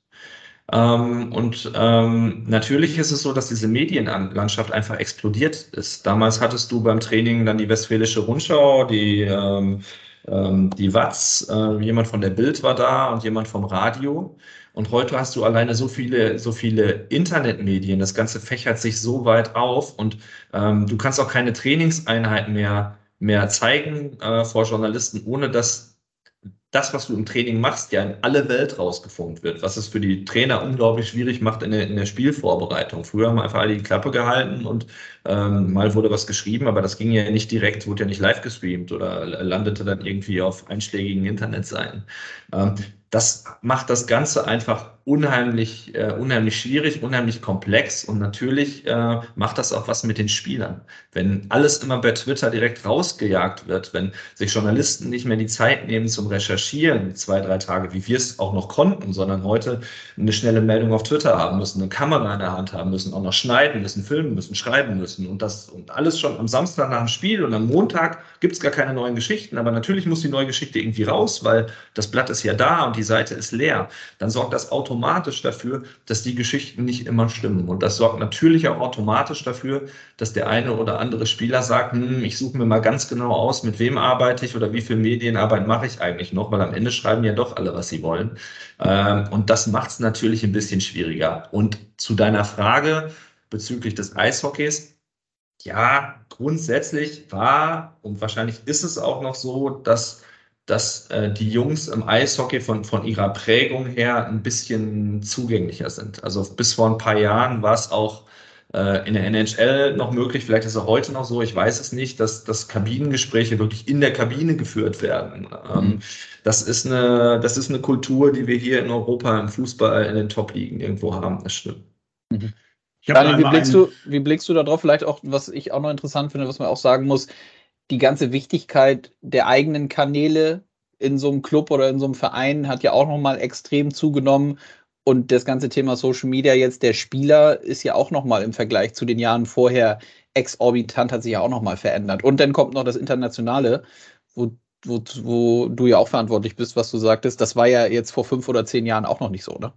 Natürlich ist es so, dass diese Medienlandschaft einfach explodiert ist. Damals hattest du beim Training dann die Westfälische Rundschau, die Watz, jemand von der Bild war da und jemand vom Radio. Und heute hast du alleine so viele Internetmedien, das Ganze fächert sich so weit auf und du kannst auch keine Trainingseinheiten mehr zeigen vor Journalisten, ohne dass das, was du im Training machst, ja in alle Welt rausgefunkt wird, was es für die Trainer unglaublich schwierig macht in der Spielvorbereitung. Früher haben einfach alle die Klappe gehalten und mal wurde was geschrieben, aber das ging ja nicht direkt, wurde ja nicht live gestreamt oder landete dann irgendwie auf einschlägigen Internetseiten. Das macht das Ganze einfach unheimlich schwierig, unheimlich komplex und natürlich macht das auch was mit den Spielern. Wenn alles immer bei Twitter direkt rausgejagt wird, wenn sich Journalisten nicht mehr die Zeit nehmen zum Recherchieren, 2, 3 Tage, wie wir es auch noch konnten, sondern heute eine schnelle Meldung auf Twitter haben müssen, eine Kamera in der Hand haben müssen, auch noch schneiden müssen, filmen müssen, schreiben müssen und das und alles schon am Samstag nach dem Spiel und am Montag gibt es gar keine neuen Geschichten, aber natürlich muss die neue Geschichte irgendwie raus, weil das Blatt ist ja da und die Seite ist leer. Dann sorgt das automatisch dafür, dass die Geschichten nicht immer stimmen. Und das sorgt natürlich auch automatisch dafür, dass der eine oder andere Spieler sagt, ich suche mir mal ganz genau aus, mit wem arbeite ich oder wie viel Medienarbeit mache ich eigentlich noch, weil am Ende schreiben ja doch alle, was sie wollen. Und das macht es natürlich ein bisschen schwieriger. Und zu deiner Frage bezüglich des Eishockeys, ja, grundsätzlich war und wahrscheinlich ist es auch noch so, dass die Jungs im Eishockey von ihrer Prägung her ein bisschen zugänglicher sind. Also bis vor ein paar Jahren war es auch in der NHL noch möglich, vielleicht ist es heute noch so, ich weiß es nicht, dass Kabinengespräche wirklich in der Kabine geführt werden. Das ist eine Kultur, die wir hier in Europa im Fußball in den Top-Ligen irgendwo haben. Das stimmt. Daniel, wie blickst du da drauf? Vielleicht auch, was ich auch noch interessant finde, was man auch sagen muss, die ganze Wichtigkeit der eigenen Kanäle in so einem Club oder in so einem Verein hat ja auch nochmal extrem zugenommen. Und das ganze Thema Social Media jetzt, der Spieler ist ja auch nochmal im Vergleich zu den Jahren vorher exorbitant, hat sich ja auch nochmal verändert. Und dann kommt noch das Internationale, wo du ja auch verantwortlich bist, was du sagtest. Das war ja jetzt vor 5 oder 10 Jahren auch noch nicht so, ne?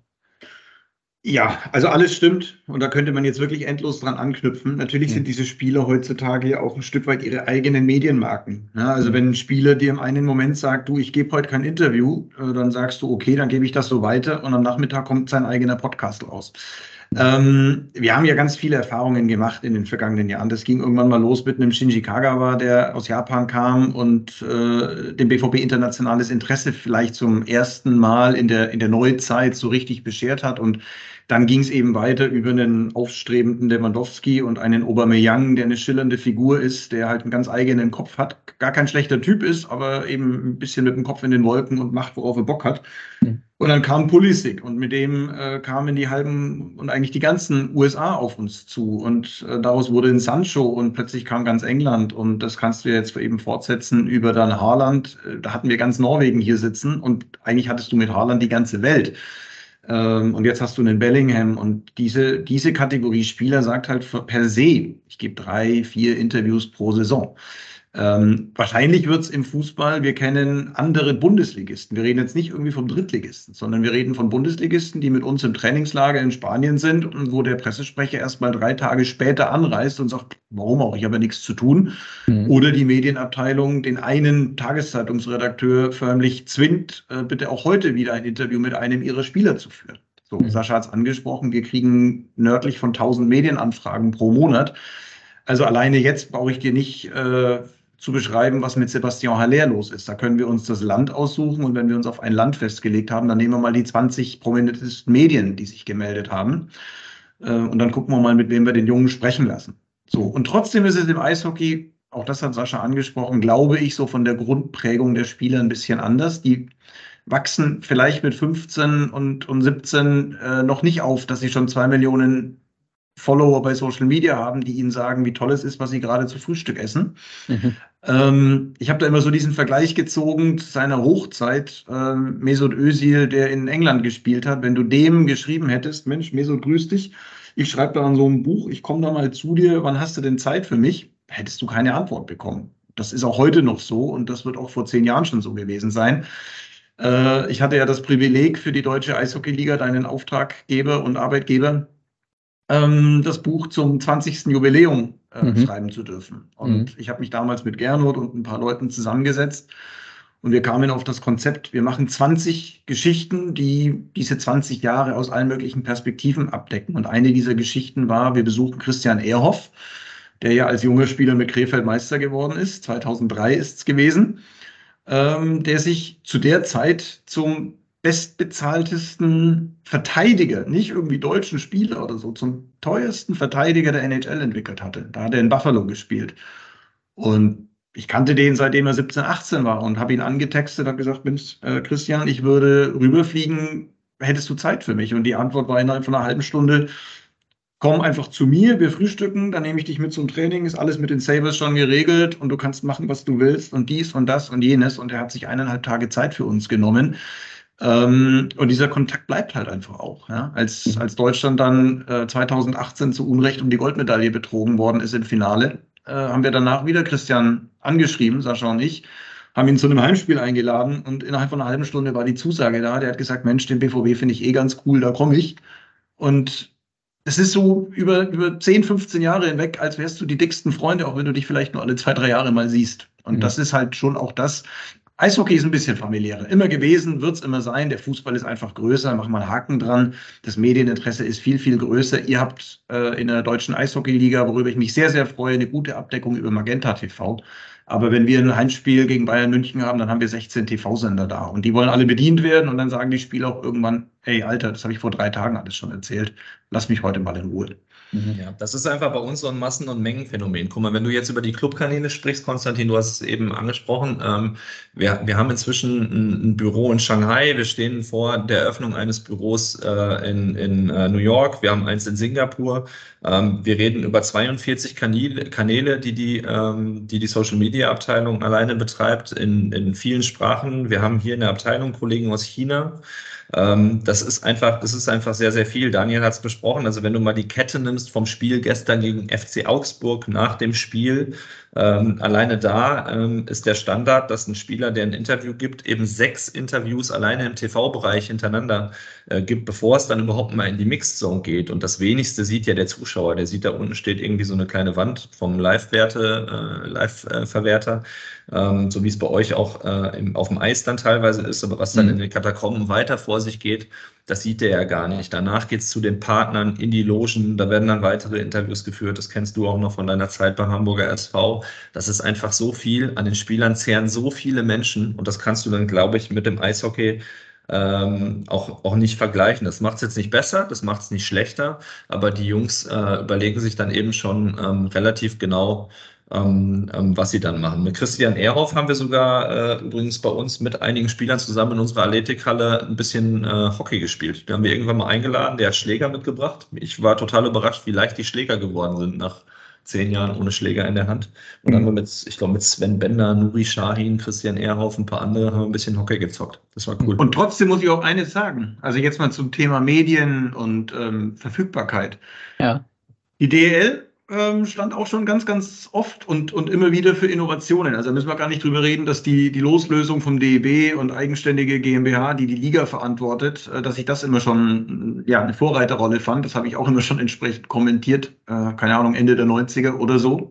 Ja, also alles stimmt und da könnte man jetzt wirklich endlos dran anknüpfen. Natürlich sind diese Spieler heutzutage ja auch ein Stück weit ihre eigenen Medienmarken. Ja, also wenn ein Spieler dir im einen Moment sagt, du, ich gebe heute kein Interview, dann sagst du, okay, dann gebe ich das so weiter und am Nachmittag kommt sein eigener Podcast raus. Wir haben ja ganz viele Erfahrungen gemacht in den vergangenen Jahren. Das ging irgendwann mal los mit einem Shinji Kagawa, der aus Japan kam und dem BVB internationales Interesse vielleicht zum ersten Mal in der Neuzeit so richtig beschert hat. Und dann ging es eben weiter über einen aufstrebenden Lewandowski und einen Aubameyang, der eine schillernde Figur ist, der halt einen ganz eigenen Kopf hat, gar kein schlechter Typ ist, aber eben ein bisschen mit dem Kopf in den Wolken und macht, worauf er Bock hat. Und dann kam Pulisic und mit dem kamen die halben und eigentlich die ganzen USA auf uns zu und daraus wurde ein Sancho und plötzlich kam ganz England und das kannst du jetzt eben fortsetzen über dann Haaland. Da hatten wir ganz Norwegen hier sitzen und eigentlich hattest du mit Haaland die ganze Welt. Und jetzt hast du einen Bellingham und diese Kategorie Spieler sagt halt per se, ich gebe 3, 4 Interviews pro Saison. Wahrscheinlich wird es im Fußball, wir kennen andere Bundesligisten. Wir reden jetzt nicht irgendwie vom Drittligisten, sondern wir reden von Bundesligisten, die mit uns im Trainingslager in Spanien sind und wo der Pressesprecher erst mal 3 Tage später anreist und sagt, warum auch, ich habe ja nichts zu tun. Oder die Medienabteilung den einen Tageszeitungsredakteur förmlich zwingt, bitte auch heute wieder ein Interview mit einem ihrer Spieler zu führen. So, Sascha hat es angesprochen, wir kriegen nördlich von 1000 Medienanfragen pro Monat. Also alleine jetzt brauche ich dir nicht zu beschreiben, was mit Sebastian Haller los ist. Da können wir uns das Land aussuchen und wenn wir uns auf ein Land festgelegt haben, dann nehmen wir mal die 20 prominentesten Medien, die sich gemeldet haben. Und dann gucken wir mal, mit wem wir den Jungen sprechen lassen. So, und trotzdem ist es im Eishockey, auch das hat Sascha angesprochen, glaube ich, so von der Grundprägung der Spieler ein bisschen anders. Die wachsen vielleicht mit 15 und 17 noch nicht auf, dass sie schon 2 Millionen Follower bei Social Media haben, die ihnen sagen, wie toll es ist, was sie gerade zu Frühstück essen. Ich habe da immer so diesen Vergleich gezogen zu seiner Hochzeit, Mesut Özil, der in England gespielt hat. Wenn du dem geschrieben hättest, Mensch, Mesut, grüß dich, ich schreibe da an so einem Buch, ich komme da mal zu dir, wann hast du denn Zeit für mich? Hättest du keine Antwort bekommen. Das ist auch heute noch so und das wird auch vor 10 Jahren schon so gewesen sein. Ich hatte ja das Privileg für die Deutsche Eishockey-Liga, deinen Auftraggeber und Arbeitgeber, das Buch zum 20. Jubiläum schreiben zu dürfen. Und ich habe mich damals mit Gernot und ein paar Leuten zusammengesetzt und wir kamen auf das Konzept, wir machen 20 Geschichten, die diese 20 Jahre aus allen möglichen Perspektiven abdecken. Und eine dieser Geschichten war, wir besuchen Christian Ehrhoff, der ja als junger Spieler mit Krefeld Meister geworden ist, 2003 ist es gewesen, der sich zu der Zeit zum bestbezahltesten Verteidiger, nicht irgendwie deutschen Spieler oder so, zum teuersten Verteidiger der NHL entwickelt hatte. Da hat er in Buffalo gespielt. Und ich kannte den, seitdem er 17, 18 war und habe ihn angetextet und gesagt, Mensch, Christian, ich würde rüberfliegen, hättest du Zeit für mich? Und die Antwort war innerhalb von einer halben Stunde, komm einfach zu mir, wir frühstücken, dann nehme ich dich mit zum Training, ist alles mit den Sabres schon geregelt und du kannst machen, was du willst und dies und das und jenes. Und er hat sich 1,5 Tage Zeit für uns genommen. Und dieser Kontakt bleibt halt einfach auch. Ja? Als Deutschland dann 2018 zu Unrecht um die Goldmedaille betrogen worden ist im Finale, haben wir danach wieder Christian angeschrieben, Sascha und ich, haben ihn zu einem Heimspiel eingeladen und innerhalb von einer halben Stunde war die Zusage da. Der hat gesagt, Mensch, den BVB finde ich eh ganz cool, da komme ich. Und es ist so über 10, 15 Jahre hinweg, als wärst du die dicksten Freunde, auch wenn du dich vielleicht nur alle 2, 3 Jahre mal siehst. Und das ist halt schon auch das. Eishockey ist ein bisschen familiärer. Immer gewesen, wird es immer sein. Der Fußball ist einfach größer, mach mal einen Haken dran. Das Medieninteresse ist viel, viel größer. Ihr habt in der deutschen Eishockey-Liga, worüber ich mich sehr, sehr freue, eine gute Abdeckung über Magenta TV. Aber wenn wir ein Heimspiel gegen Bayern München haben, dann haben wir 16 TV-Sender da. Und die wollen alle bedient werden. Und dann sagen die Spieler auch irgendwann, hey, Alter, das habe ich vor 3 Tagen alles schon erzählt. Lass mich heute mal in Ruhe. Ja, das ist einfach bei uns so ein Massen- und Mengenphänomen. Guck mal, wenn du jetzt über die Clubkanäle sprichst, Konstantin, du hast es eben angesprochen, wir haben inzwischen ein Büro in Shanghai, wir stehen vor der Eröffnung eines Büros in New York, wir haben eins in Singapur, wir reden über 42 Kanäle, die Social-Media-Abteilung alleine betreibt, in vielen Sprachen. Wir haben hier in der Abteilung Kollegen aus China. Das ist einfach sehr, sehr viel. Daniel hat es besprochen. Also wenn du mal die Kette nimmst vom Spiel gestern gegen FC Augsburg nach dem Spiel, alleine da ist der Standard, dass ein Spieler, der ein Interview gibt, eben 6 Interviews alleine im TV-Bereich hintereinander gibt, bevor es dann überhaupt mal in die Mixed-Zone geht. Und das Wenigste sieht ja der Zuschauer. Der sieht, da unten steht irgendwie so eine kleine Wand vom Live-Verwerter. So wie es bei euch auch auf dem Eis dann teilweise ist, aber was dann in den Katakomben weiter vor sich geht, das sieht der ja gar nicht. Danach geht es zu den Partnern in die Logen, da werden dann weitere Interviews geführt, das kennst du auch noch von deiner Zeit beim Hamburger SV. Das ist einfach so viel, an den Spielern zehren so viele Menschen und das kannst du dann, glaube ich, mit dem Eishockey auch nicht vergleichen. Das macht es jetzt nicht besser, das macht es nicht schlechter, aber die Jungs überlegen sich dann eben schon relativ genau, was sie dann machen. Mit Christian Ehrhoff haben wir sogar übrigens bei uns mit einigen Spielern zusammen in unserer Athletikhalle ein bisschen Hockey gespielt. Den haben wir irgendwann mal eingeladen, der hat Schläger mitgebracht. Ich war total überrascht, wie leicht die Schläger geworden sind nach 10 Jahren ohne Schläger in der Hand. Und dann haben wir mit Sven Bender, Nuri Sahin, Christian Ehrhoff, ein paar andere, haben wir ein bisschen Hockey gezockt. Das war cool. Und trotzdem muss ich auch eines sagen. Also jetzt mal zum Thema Medien und Verfügbarkeit. Ja. Die DEL stand auch schon ganz, ganz oft und immer wieder für Innovationen. Also da müssen wir gar nicht drüber reden, dass die Loslösung vom DEB und eigenständige GmbH, die Liga verantwortet, dass ich das immer schon eine Vorreiterrolle fand. Das habe ich auch immer schon entsprechend kommentiert. Keine Ahnung, Ende der 90er oder so.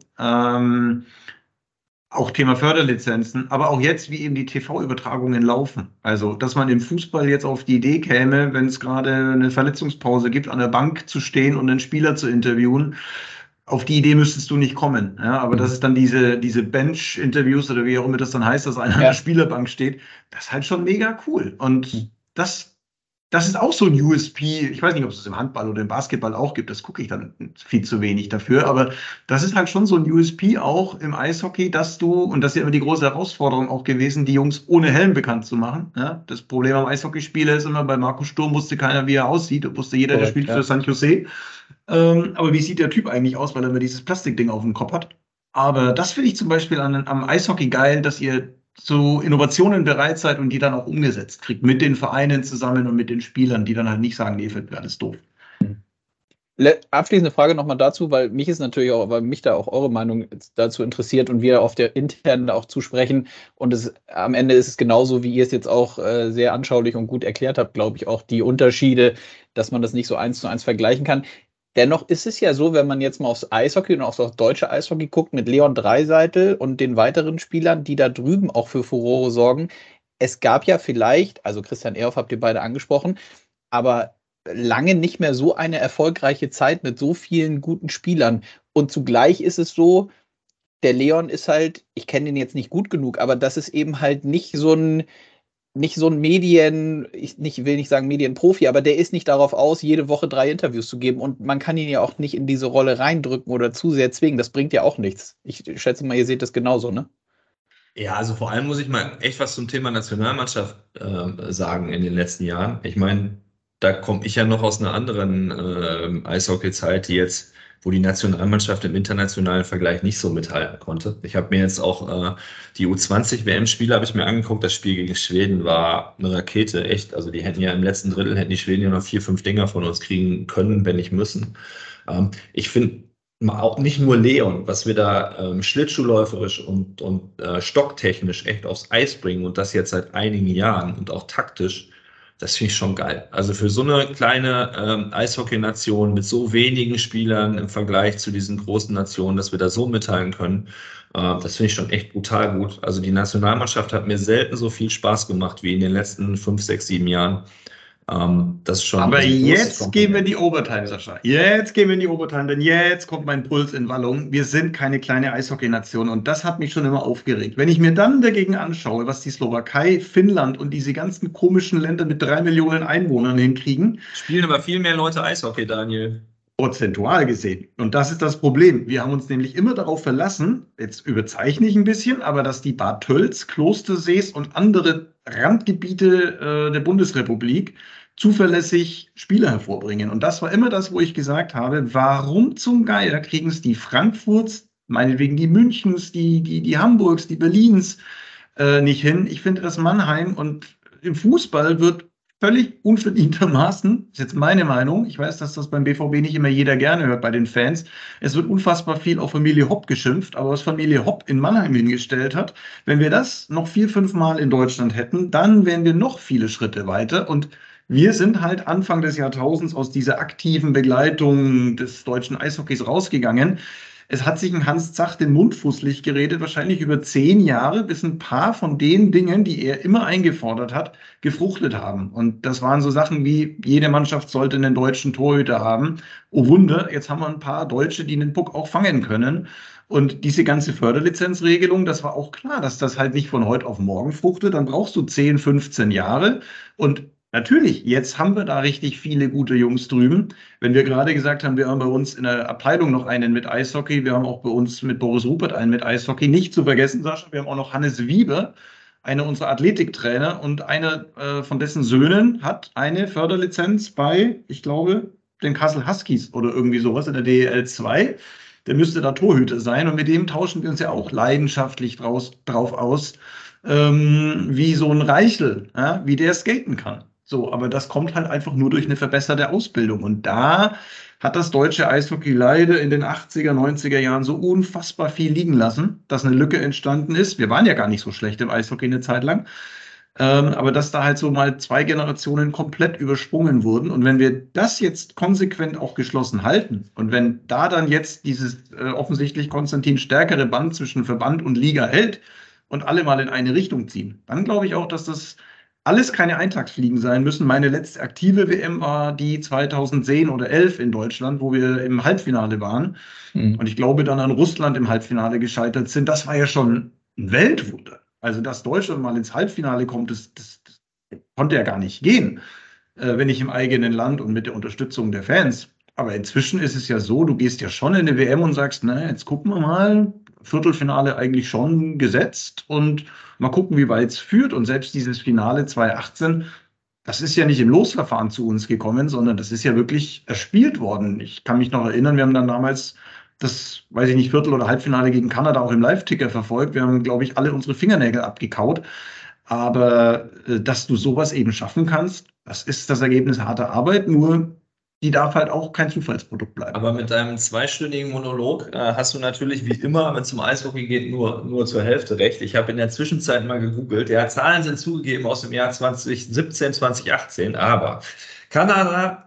Auch Thema Förderlizenzen, aber auch jetzt, wie eben die TV-Übertragungen laufen. Also, dass man im Fußball jetzt auf die Idee käme, wenn es gerade eine Verletzungspause gibt, an der Bank zu stehen und einen Spieler zu interviewen. Auf die Idee müsstest du nicht kommen. Ja, aber das ist dann diese Bench-Interviews oder wie auch immer das dann heißt, dass einer an der Spielerbank steht. Das ist halt schon mega cool. Und das ist auch so ein USP. Ich weiß nicht, ob es im Handball oder im Basketball auch gibt. Das gucke ich dann viel zu wenig dafür. Aber das ist halt schon so ein USP auch im Eishockey, dass du, und das ist ja immer die große Herausforderung auch gewesen, die Jungs ohne Helm bekannt zu machen. Ja, das Problem am Eishockeyspieler ist immer, bei Markus Sturm wusste keiner, wie er aussieht. Da wusste jeder, der spielt für San Jose. Aber wie sieht der Typ eigentlich aus, weil er immer dieses Plastikding auf dem Kopf hat? Aber das finde ich zum Beispiel am Eishockey geil, dass ihr zu Innovationen bereit seid und die dann auch umgesetzt kriegt, mit den Vereinen zusammen und mit den Spielern, die dann halt nicht sagen, nee, wird mir alles doof. Abschließende Frage nochmal dazu, weil mich da auch eure Meinung dazu interessiert und wir auf der internen auch zusprechen. Und am Ende ist es genauso, wie ihr es jetzt auch sehr anschaulich und gut erklärt habt, glaube ich, auch die Unterschiede, dass man das nicht so 1:1 vergleichen kann. Dennoch ist es ja so, wenn man jetzt mal aufs Eishockey und aufs deutsche Eishockey guckt, mit Leon Draisaitl und den weiteren Spielern, die da drüben auch für Furore sorgen. Es gab ja vielleicht, also Christian Ehrhoff habt ihr beide angesprochen, aber lange nicht mehr so eine erfolgreiche Zeit mit so vielen guten Spielern. Und zugleich ist es so, der Leon ist halt, ich kenne ihn jetzt nicht gut genug, aber das ist eben halt nicht so ein will nicht sagen Medienprofi, aber der ist nicht darauf aus, jede Woche 3 Interviews zu geben und man kann ihn ja auch nicht in diese Rolle reindrücken oder zu sehr zwingen. Das bringt ja auch nichts. Ich schätze mal, ihr seht das genauso, ne? Ja, also vor allem muss ich mal echt was zum Thema Nationalmannschaft sagen in den letzten Jahren. Ich meine, da komme ich ja noch aus einer anderen Eishockey-Zeit, wo die Nationalmannschaft im internationalen Vergleich nicht so mithalten konnte. Ich habe mir jetzt auch die U20-WM-Spiele habe ich mir angeguckt. Das Spiel gegen Schweden war eine Rakete, echt. Also die hätten ja im letzten Drittel, hätten die Schweden ja noch 4, 5 Dinger von uns kriegen können, wenn nicht müssen. Ich finde auch nicht nur Leon, was wir da schlittschuhläuferisch und stocktechnisch echt aufs Eis bringen und das jetzt seit einigen Jahren und auch taktisch, das finde ich schon geil. Also für so eine kleine Eishockey-Nation mit so wenigen Spielern im Vergleich zu diesen großen Nationen, dass wir da so mitteilen können, das finde ich schon echt brutal gut. Also die Nationalmannschaft hat mir selten so viel Spaß gemacht wie in den letzten 5, 6, 7 Jahren. Das ist schon Aber ein großes jetzt gehen wir in Kompliment. die Overtime, Sascha. Jetzt gehen wir in die Overtime, denn jetzt kommt mein Puls in Wallung. Wir sind keine kleine Eishockey-Nation und das hat mich schon immer aufgeregt. Wenn ich mir dann dagegen anschaue, was die Slowakei, Finnland und diese ganzen komischen Länder mit 3 Millionen Einwohnern hinkriegen, Spielen aber viel mehr Leute Eishockey, Daniel. prozentual gesehen. Und das ist das Problem. Wir haben uns nämlich immer darauf verlassen, jetzt überzeichne ich ein bisschen, aber dass die Bad Tölz, Klostersees und andere Randgebiete der Bundesrepublik zuverlässig Spieler hervorbringen. Und das war immer das, wo ich gesagt habe, warum zum Geier kriegen es die Frankfurts, meinetwegen die Münchens, die Hamburgs, die Berlins nicht hin? Ich finde, dass Mannheim und im Fußball wird völlig unverdientermaßen, ist jetzt meine Meinung, ich weiß, dass das beim BVB nicht immer jeder gerne hört bei den Fans, es wird unfassbar viel auf Familie Hopp geschimpft, aber was Familie Hopp in Mannheim hingestellt hat, wenn wir das noch 4, 5 Mal in Deutschland hätten, dann wären wir noch viele Schritte weiter und wir sind halt Anfang des Jahrtausends aus dieser aktiven Begleitung des deutschen Eishockeys rausgegangen. Es hat sich ein Hans Zach den Mund fußlich geredet, wahrscheinlich über 10 Jahre, bis ein paar von den Dingen, die er immer eingefordert hat, gefruchtet haben. Und das waren so Sachen wie, jede Mannschaft sollte einen deutschen Torhüter haben. Oh Wunder, jetzt haben wir ein paar Deutsche, die den Puck auch fangen können. Und diese ganze Förderlizenzregelung, das war auch klar, dass das halt nicht von heute auf morgen fruchtet. Dann brauchst du 10, 15 Jahre. Und natürlich, jetzt haben wir da richtig viele gute Jungs drüben. Wenn wir gerade gesagt haben, wir haben bei uns in der Abteilung noch einen mit Eishockey, wir haben auch bei uns mit Boris Rupert einen mit Eishockey. Nicht zu vergessen, Sascha, wir haben auch noch Hannes Wieber, einer unserer Athletiktrainer und einer von dessen Söhnen hat eine Förderlizenz bei, ich glaube, den Kassel Huskies oder irgendwie sowas in der DEL 2. Der müsste da Torhüter sein und mit dem tauschen wir uns ja auch leidenschaftlich drauf aus, wie so ein Reichel, ja, wie der skaten kann. So, aber das kommt halt einfach nur durch eine verbesserte Ausbildung. Und da hat das deutsche Eishockey leider in den 80er, 90er Jahren so unfassbar viel liegen lassen, dass eine Lücke entstanden ist. Wir waren ja gar nicht so schlecht im Eishockey eine Zeit lang. Aber dass da halt so mal 2 Generationen komplett übersprungen wurden. Und wenn wir das jetzt konsequent auch geschlossen halten und wenn da dann jetzt dieses offensichtlich Konstantin stärkere Band zwischen Verband und Liga hält und alle mal in eine Richtung ziehen, dann glaube ich auch, dass das alles keine Eintagsfliegen sein müssen. Meine letzte aktive WM war die 2010 oder 11 in Deutschland, wo wir im Halbfinale waren. Und ich glaube, dann an Russland im Halbfinale gescheitert sind. Das war ja schon ein Weltwunder. Also, dass Deutschland mal ins Halbfinale kommt, das konnte ja gar nicht gehen, wenn nicht im eigenen Land und mit der Unterstützung der Fans. Aber inzwischen ist es ja so, du gehst ja schon in eine WM und sagst, na, jetzt gucken wir mal, Viertelfinale eigentlich schon gesetzt und mal gucken, wie weit es führt. Und selbst dieses Finale 2018, das ist ja nicht im Losverfahren zu uns gekommen, sondern das ist ja wirklich erspielt worden. Ich kann mich noch erinnern, wir haben dann damals das, weiß ich nicht, Viertel- oder Halbfinale gegen Kanada auch im Live-Ticker verfolgt. Wir haben, glaube ich, alle unsere Fingernägel abgekaut. Aber dass du sowas eben schaffen kannst, das ist das Ergebnis harter Arbeit, nur die darf halt auch kein Zufallsprodukt bleiben. Aber mit deinem zweistündigen Monolog hast du natürlich wie immer, wenn es zum Eishockey geht, nur zur Hälfte recht. Ich habe in der Zwischenzeit mal gegoogelt. Ja, Zahlen sind zugegeben aus dem Jahr 2017, 2018, aber Kanada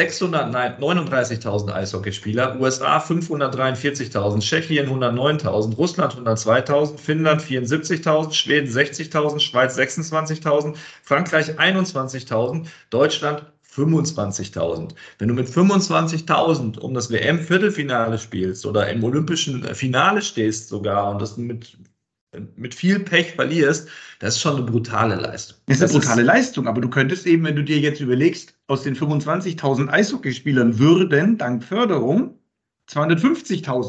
639.000 Eishockeyspieler, USA 543.000, Tschechien 109.000, Russland 102.000, Finnland 74.000, Schweden 60.000, Schweiz 26.000, Frankreich 21.000, Deutschland 25.000. Wenn du mit 25.000 um das WM-Viertelfinale spielst oder im olympischen Finale stehst sogar und das mit viel Pech verlierst, das ist schon eine brutale Leistung. Das ist eine brutale Leistung, aber du könntest eben, wenn du dir jetzt überlegst, aus den 25.000 Eishockeyspielern würden dank Förderung 250.000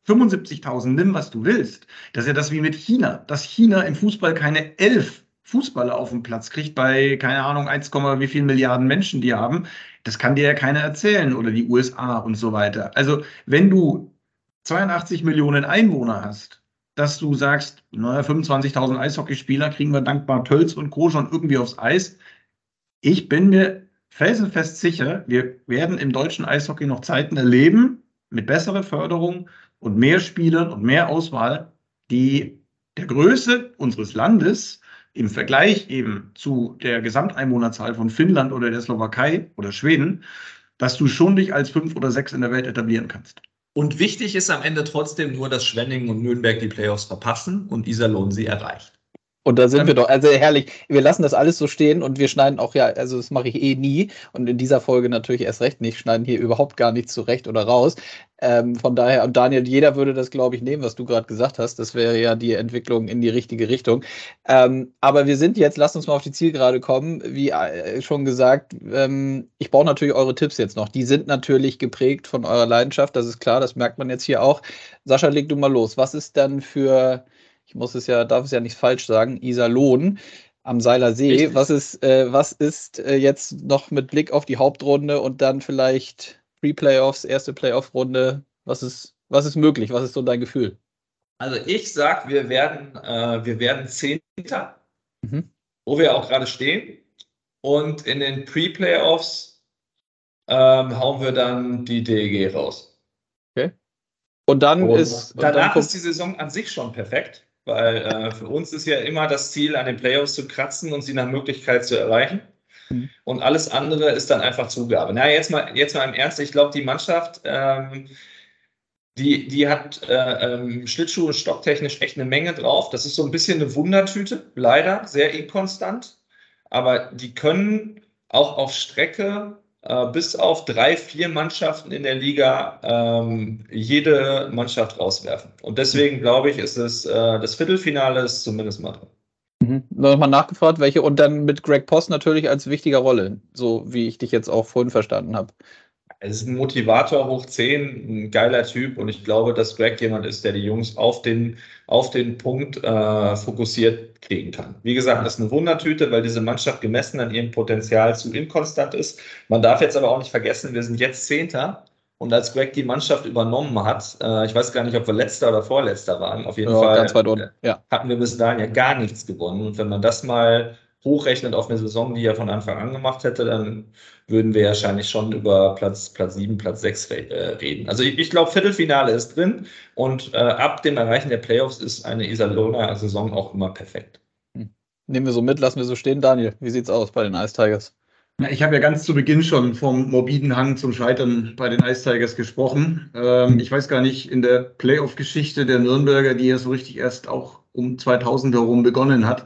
75.000, nimm, was du willst. Das ist ja das wie mit China. Dass China im Fußball keine 11 Fußballer auf den Platz kriegt bei, keine Ahnung, 1, wie viel Milliarden Menschen die haben, das kann dir ja keiner erzählen oder die USA und so weiter. Also wenn du 82 Millionen Einwohner hast, dass du sagst, naja, 25.000 Eishockeyspieler kriegen wir dankbar Tölz und Co. schon irgendwie aufs Eis. Ich bin mir felsenfest sicher, wir werden im deutschen Eishockey noch Zeiten erleben mit besserer Förderung und mehr Spielern und mehr Auswahl, die der Größe unseres Landes im Vergleich eben zu der Gesamteinwohnerzahl von Finnland oder der Slowakei oder Schweden, dass du schon dich als 5 oder 6 in der Welt etablieren kannst. Und wichtig ist am Ende trotzdem nur, dass Schwenningen und Nürnberg die Playoffs verpassen und Iserlohn sie erreicht. Und da sind wir doch, also herrlich, wir lassen das alles so stehen und wir schneiden auch, ja, also das mache ich eh nie und in dieser Folge natürlich erst recht nicht, schneiden hier überhaupt gar nichts zurecht oder raus. Von daher, und Daniel, jeder würde das, glaube ich, nehmen, was du gerade gesagt hast, das wäre ja die Entwicklung in die richtige Richtung. Aber wir sind jetzt, lasst uns mal auf die Zielgerade kommen, wie schon gesagt, ich brauche natürlich eure Tipps jetzt noch, die sind natürlich geprägt von eurer Leidenschaft, das ist klar, das merkt man jetzt hier auch. Sascha, leg du mal los, was ist dann für... Ich darf es ja nicht falsch sagen, Iserlohn am Seiler See. Richtig. Was ist jetzt noch mit Blick auf die Hauptrunde und dann vielleicht Pre-Playoffs, erste Playoff-Runde? Was ist möglich? Was ist so dein Gefühl? Also ich sag, wir werden Zehnter, wo wir auch gerade stehen. Und in den Pre-Playoffs hauen wir dann die DEG raus. Okay. Und dann danach ist die Saison an sich schon perfekt. Weil für uns ist ja immer das Ziel, an den Playoffs zu kratzen und sie nach Möglichkeit zu erreichen. Und alles andere ist dann einfach Zugabe. Na, jetzt mal im Ernst, ich glaube, die Mannschaft, die hat Schlittschuh- und stocktechnisch echt eine Menge drauf. Das ist so ein bisschen eine Wundertüte, leider, sehr inkonstant. Aber die können auch auf Strecke bis auf 3, 4 Mannschaften in der Liga jede Mannschaft rauswerfen. Und deswegen glaube ich, ist es das Viertelfinale ist zumindest mal drin. Nochmal nachgefragt, welche, und dann mit Greg Post natürlich als wichtiger Rolle, so wie ich dich jetzt auch vorhin verstanden habe. Es ist ein Motivator hoch 10, ein geiler Typ und ich glaube, dass Greg jemand ist, der die Jungs auf den Punkt fokussiert kriegen kann. Wie gesagt, das ist eine Wundertüte, weil diese Mannschaft gemessen an ihrem Potenzial zu inkonstant ist. Man darf jetzt aber auch nicht vergessen, wir sind jetzt Zehnter und als Greg die Mannschaft übernommen hat, ich weiß gar nicht, ob wir Letzter oder Vorletzter waren, auf jeden Fall ganz weit unten. Ja. Hatten wir bis dahin ja gar nichts gewonnen und wenn man das mal hochrechnet auf eine Saison, die er von Anfang an gemacht hätte, dann würden wir wahrscheinlich schon über Platz 7, Platz 6 reden. Also ich glaube, Viertelfinale ist drin und ab dem Erreichen der Playoffs ist eine Iserlohner Saison auch immer perfekt. Nehmen wir so mit, lassen wir so stehen. Daniel, wie sieht's aus bei den Ice Tigers? Ja, ich habe ja ganz zu Beginn schon vom morbiden Hang zum Scheitern bei den Ice Tigers gesprochen. Ich weiß gar nicht, in der Playoff-Geschichte der Nürnberger, die ja so richtig erst auch um 2000 herum begonnen hat,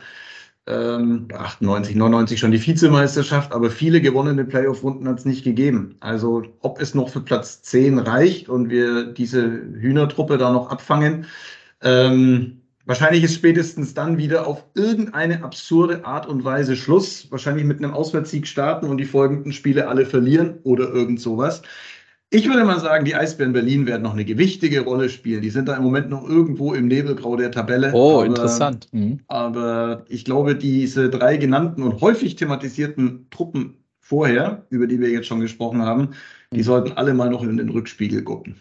98, 99 schon die Vizemeisterschaft, aber viele gewonnene Playoff-Runden hat es nicht gegeben. Also ob es noch für Platz 10 reicht und wir diese Hühnertruppe da noch abfangen, wahrscheinlich ist spätestens dann wieder auf irgendeine absurde Art und Weise Schluss. Wahrscheinlich mit einem Auswärtssieg starten und die folgenden Spiele alle verlieren oder irgend sowas. Ich würde mal sagen, die Eisbären Berlin werden noch eine gewichtige Rolle spielen. Die sind da im Moment noch irgendwo im Nebelgrau der Tabelle. Oh, aber, interessant. Aber ich glaube, diese 3 genannten und häufig thematisierten Truppen vorher, über die wir jetzt schon gesprochen haben, die sollten alle mal noch in den Rückspiegel gucken.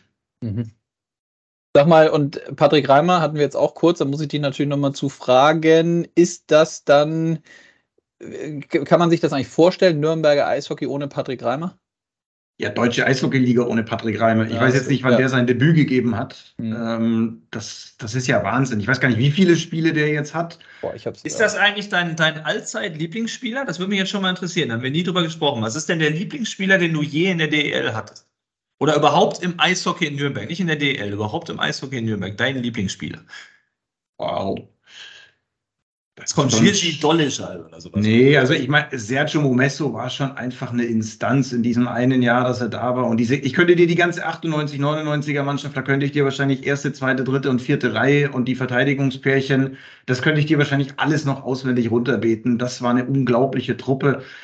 Sag mal, und Patrick Reimer hatten wir jetzt auch kurz, da muss ich dich natürlich nochmal zu fragen, ist das dann, kann man sich das eigentlich vorstellen, Nürnberger Eishockey ohne Patrick Reimer? Ja, deutsche Eishockey-Liga ohne Patrick Reimer. Ich weiß jetzt nicht, wann der sein Debüt gegeben hat. Das ist ja Wahnsinn. Ich weiß gar nicht, wie viele Spiele der jetzt hat. Ist das eigentlich dein Allzeit-Lieblingsspieler? Das würde mich jetzt schon mal interessieren. Da haben wir nie drüber gesprochen. Was ist denn der Lieblingsspieler, den du je in der DEL hattest? Oder überhaupt im Eishockey in Nürnberg? Nicht in der DEL, überhaupt im Eishockey in Nürnberg. Dein Lieblingsspieler? Wow. Das kommt Schirsi Dollischall oder sowas. Nee, also ich meine, Sergio Momesso war schon einfach eine Instanz in diesem einen Jahr, dass er da war. Und ich könnte dir die ganze 98, 99er Mannschaft, da könnte ich dir wahrscheinlich erste, zweite, dritte und vierte Reihe und die Verteidigungspärchen, das könnte ich dir wahrscheinlich alles noch auswendig runterbeten. Das war eine unglaubliche Truppe.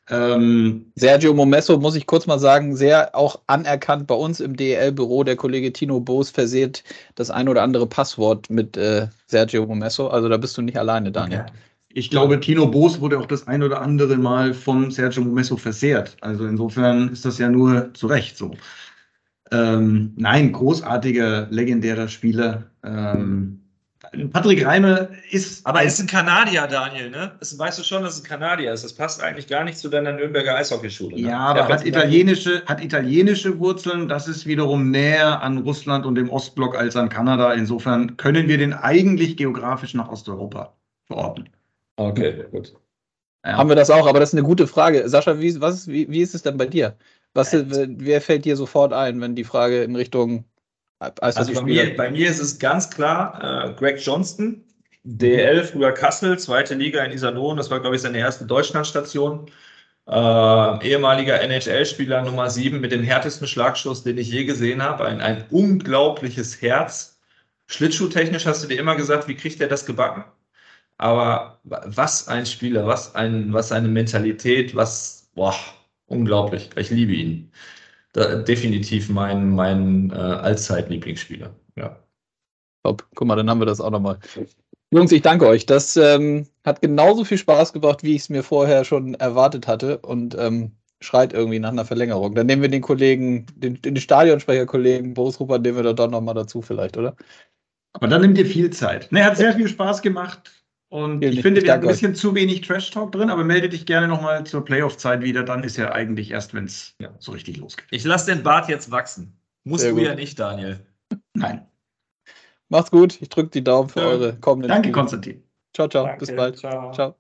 Sergio Momesso, muss ich kurz mal sagen, sehr auch anerkannt bei uns im DEL-Büro. Der Kollege Tino Boos verseht das ein oder andere Passwort mit Sergio Momesso. Also da bist du nicht alleine, Daniel. Okay. Ich glaube, Tino Boos wurde auch das ein oder andere Mal von Sergio Momesso versehrt. Also insofern ist das ja nur zu Recht so. Nein, großartiger, legendärer Spieler. Patrick Reimer ist... Aber er ist ein Kanadier, Daniel, ne? Das weißt du schon, dass es ein Kanadier ist. Das passt eigentlich gar nicht zu deiner Nürnberger Eishockeyschule. Ne? Ja, aber hat italienische Wurzeln. Das ist wiederum näher an Russland und dem Ostblock als an Kanada. Insofern können wir den eigentlich geografisch nach Osteuropa verorten. Okay, gut. Ja. Haben wir das auch, aber das ist eine gute Frage. Sascha, wie ist es denn bei dir? Wer fällt dir sofort ein, wenn die Frage in Richtung Also bei mir ist es ganz klar Greg Johnston, DEL, früher Kassel, zweite Liga in Iserlohn. Das war, glaube ich, seine erste Deutschlandstation. Ehemaliger NHL-Spieler Nummer 7 mit dem härtesten Schlagschuss, den ich je gesehen habe. Ein unglaubliches Herz. Schlittschuhtechnisch hast du dir immer gesagt, wie kriegt er das gebacken? Aber was ein Spieler, was eine Mentalität, unglaublich. Ich liebe ihn. Definitiv mein Allzeit-Lieblingsspieler. Ja. Top. Guck mal, dann haben wir das auch nochmal. Jungs, ich danke euch. Das hat genauso viel Spaß gebracht, wie ich es mir vorher schon erwartet hatte und schreit irgendwie nach einer Verlängerung. Dann nehmen wir den Kollegen, den Stadionsprecher-Kollegen Boris Ruppert, nehmen wir da doch nochmal dazu vielleicht, oder? Aber dann nimmt ihr viel Zeit. Ne, hat sehr viel Spaß gemacht. Und ich finde, wir haben ein bisschen zu wenig Trash-Talk drin, aber melde dich gerne nochmal zur Playoff-Zeit wieder. Dann ist ja eigentlich erst, wenn es so richtig losgeht. Ich lasse den Bart jetzt wachsen. Musst du ja nicht, Daniel. Nein. Macht's gut. Ich drücke die Daumen für eure kommenden Danke, Konstantin. Ciao, ciao. Danke, bis bald. ciao. Ciao.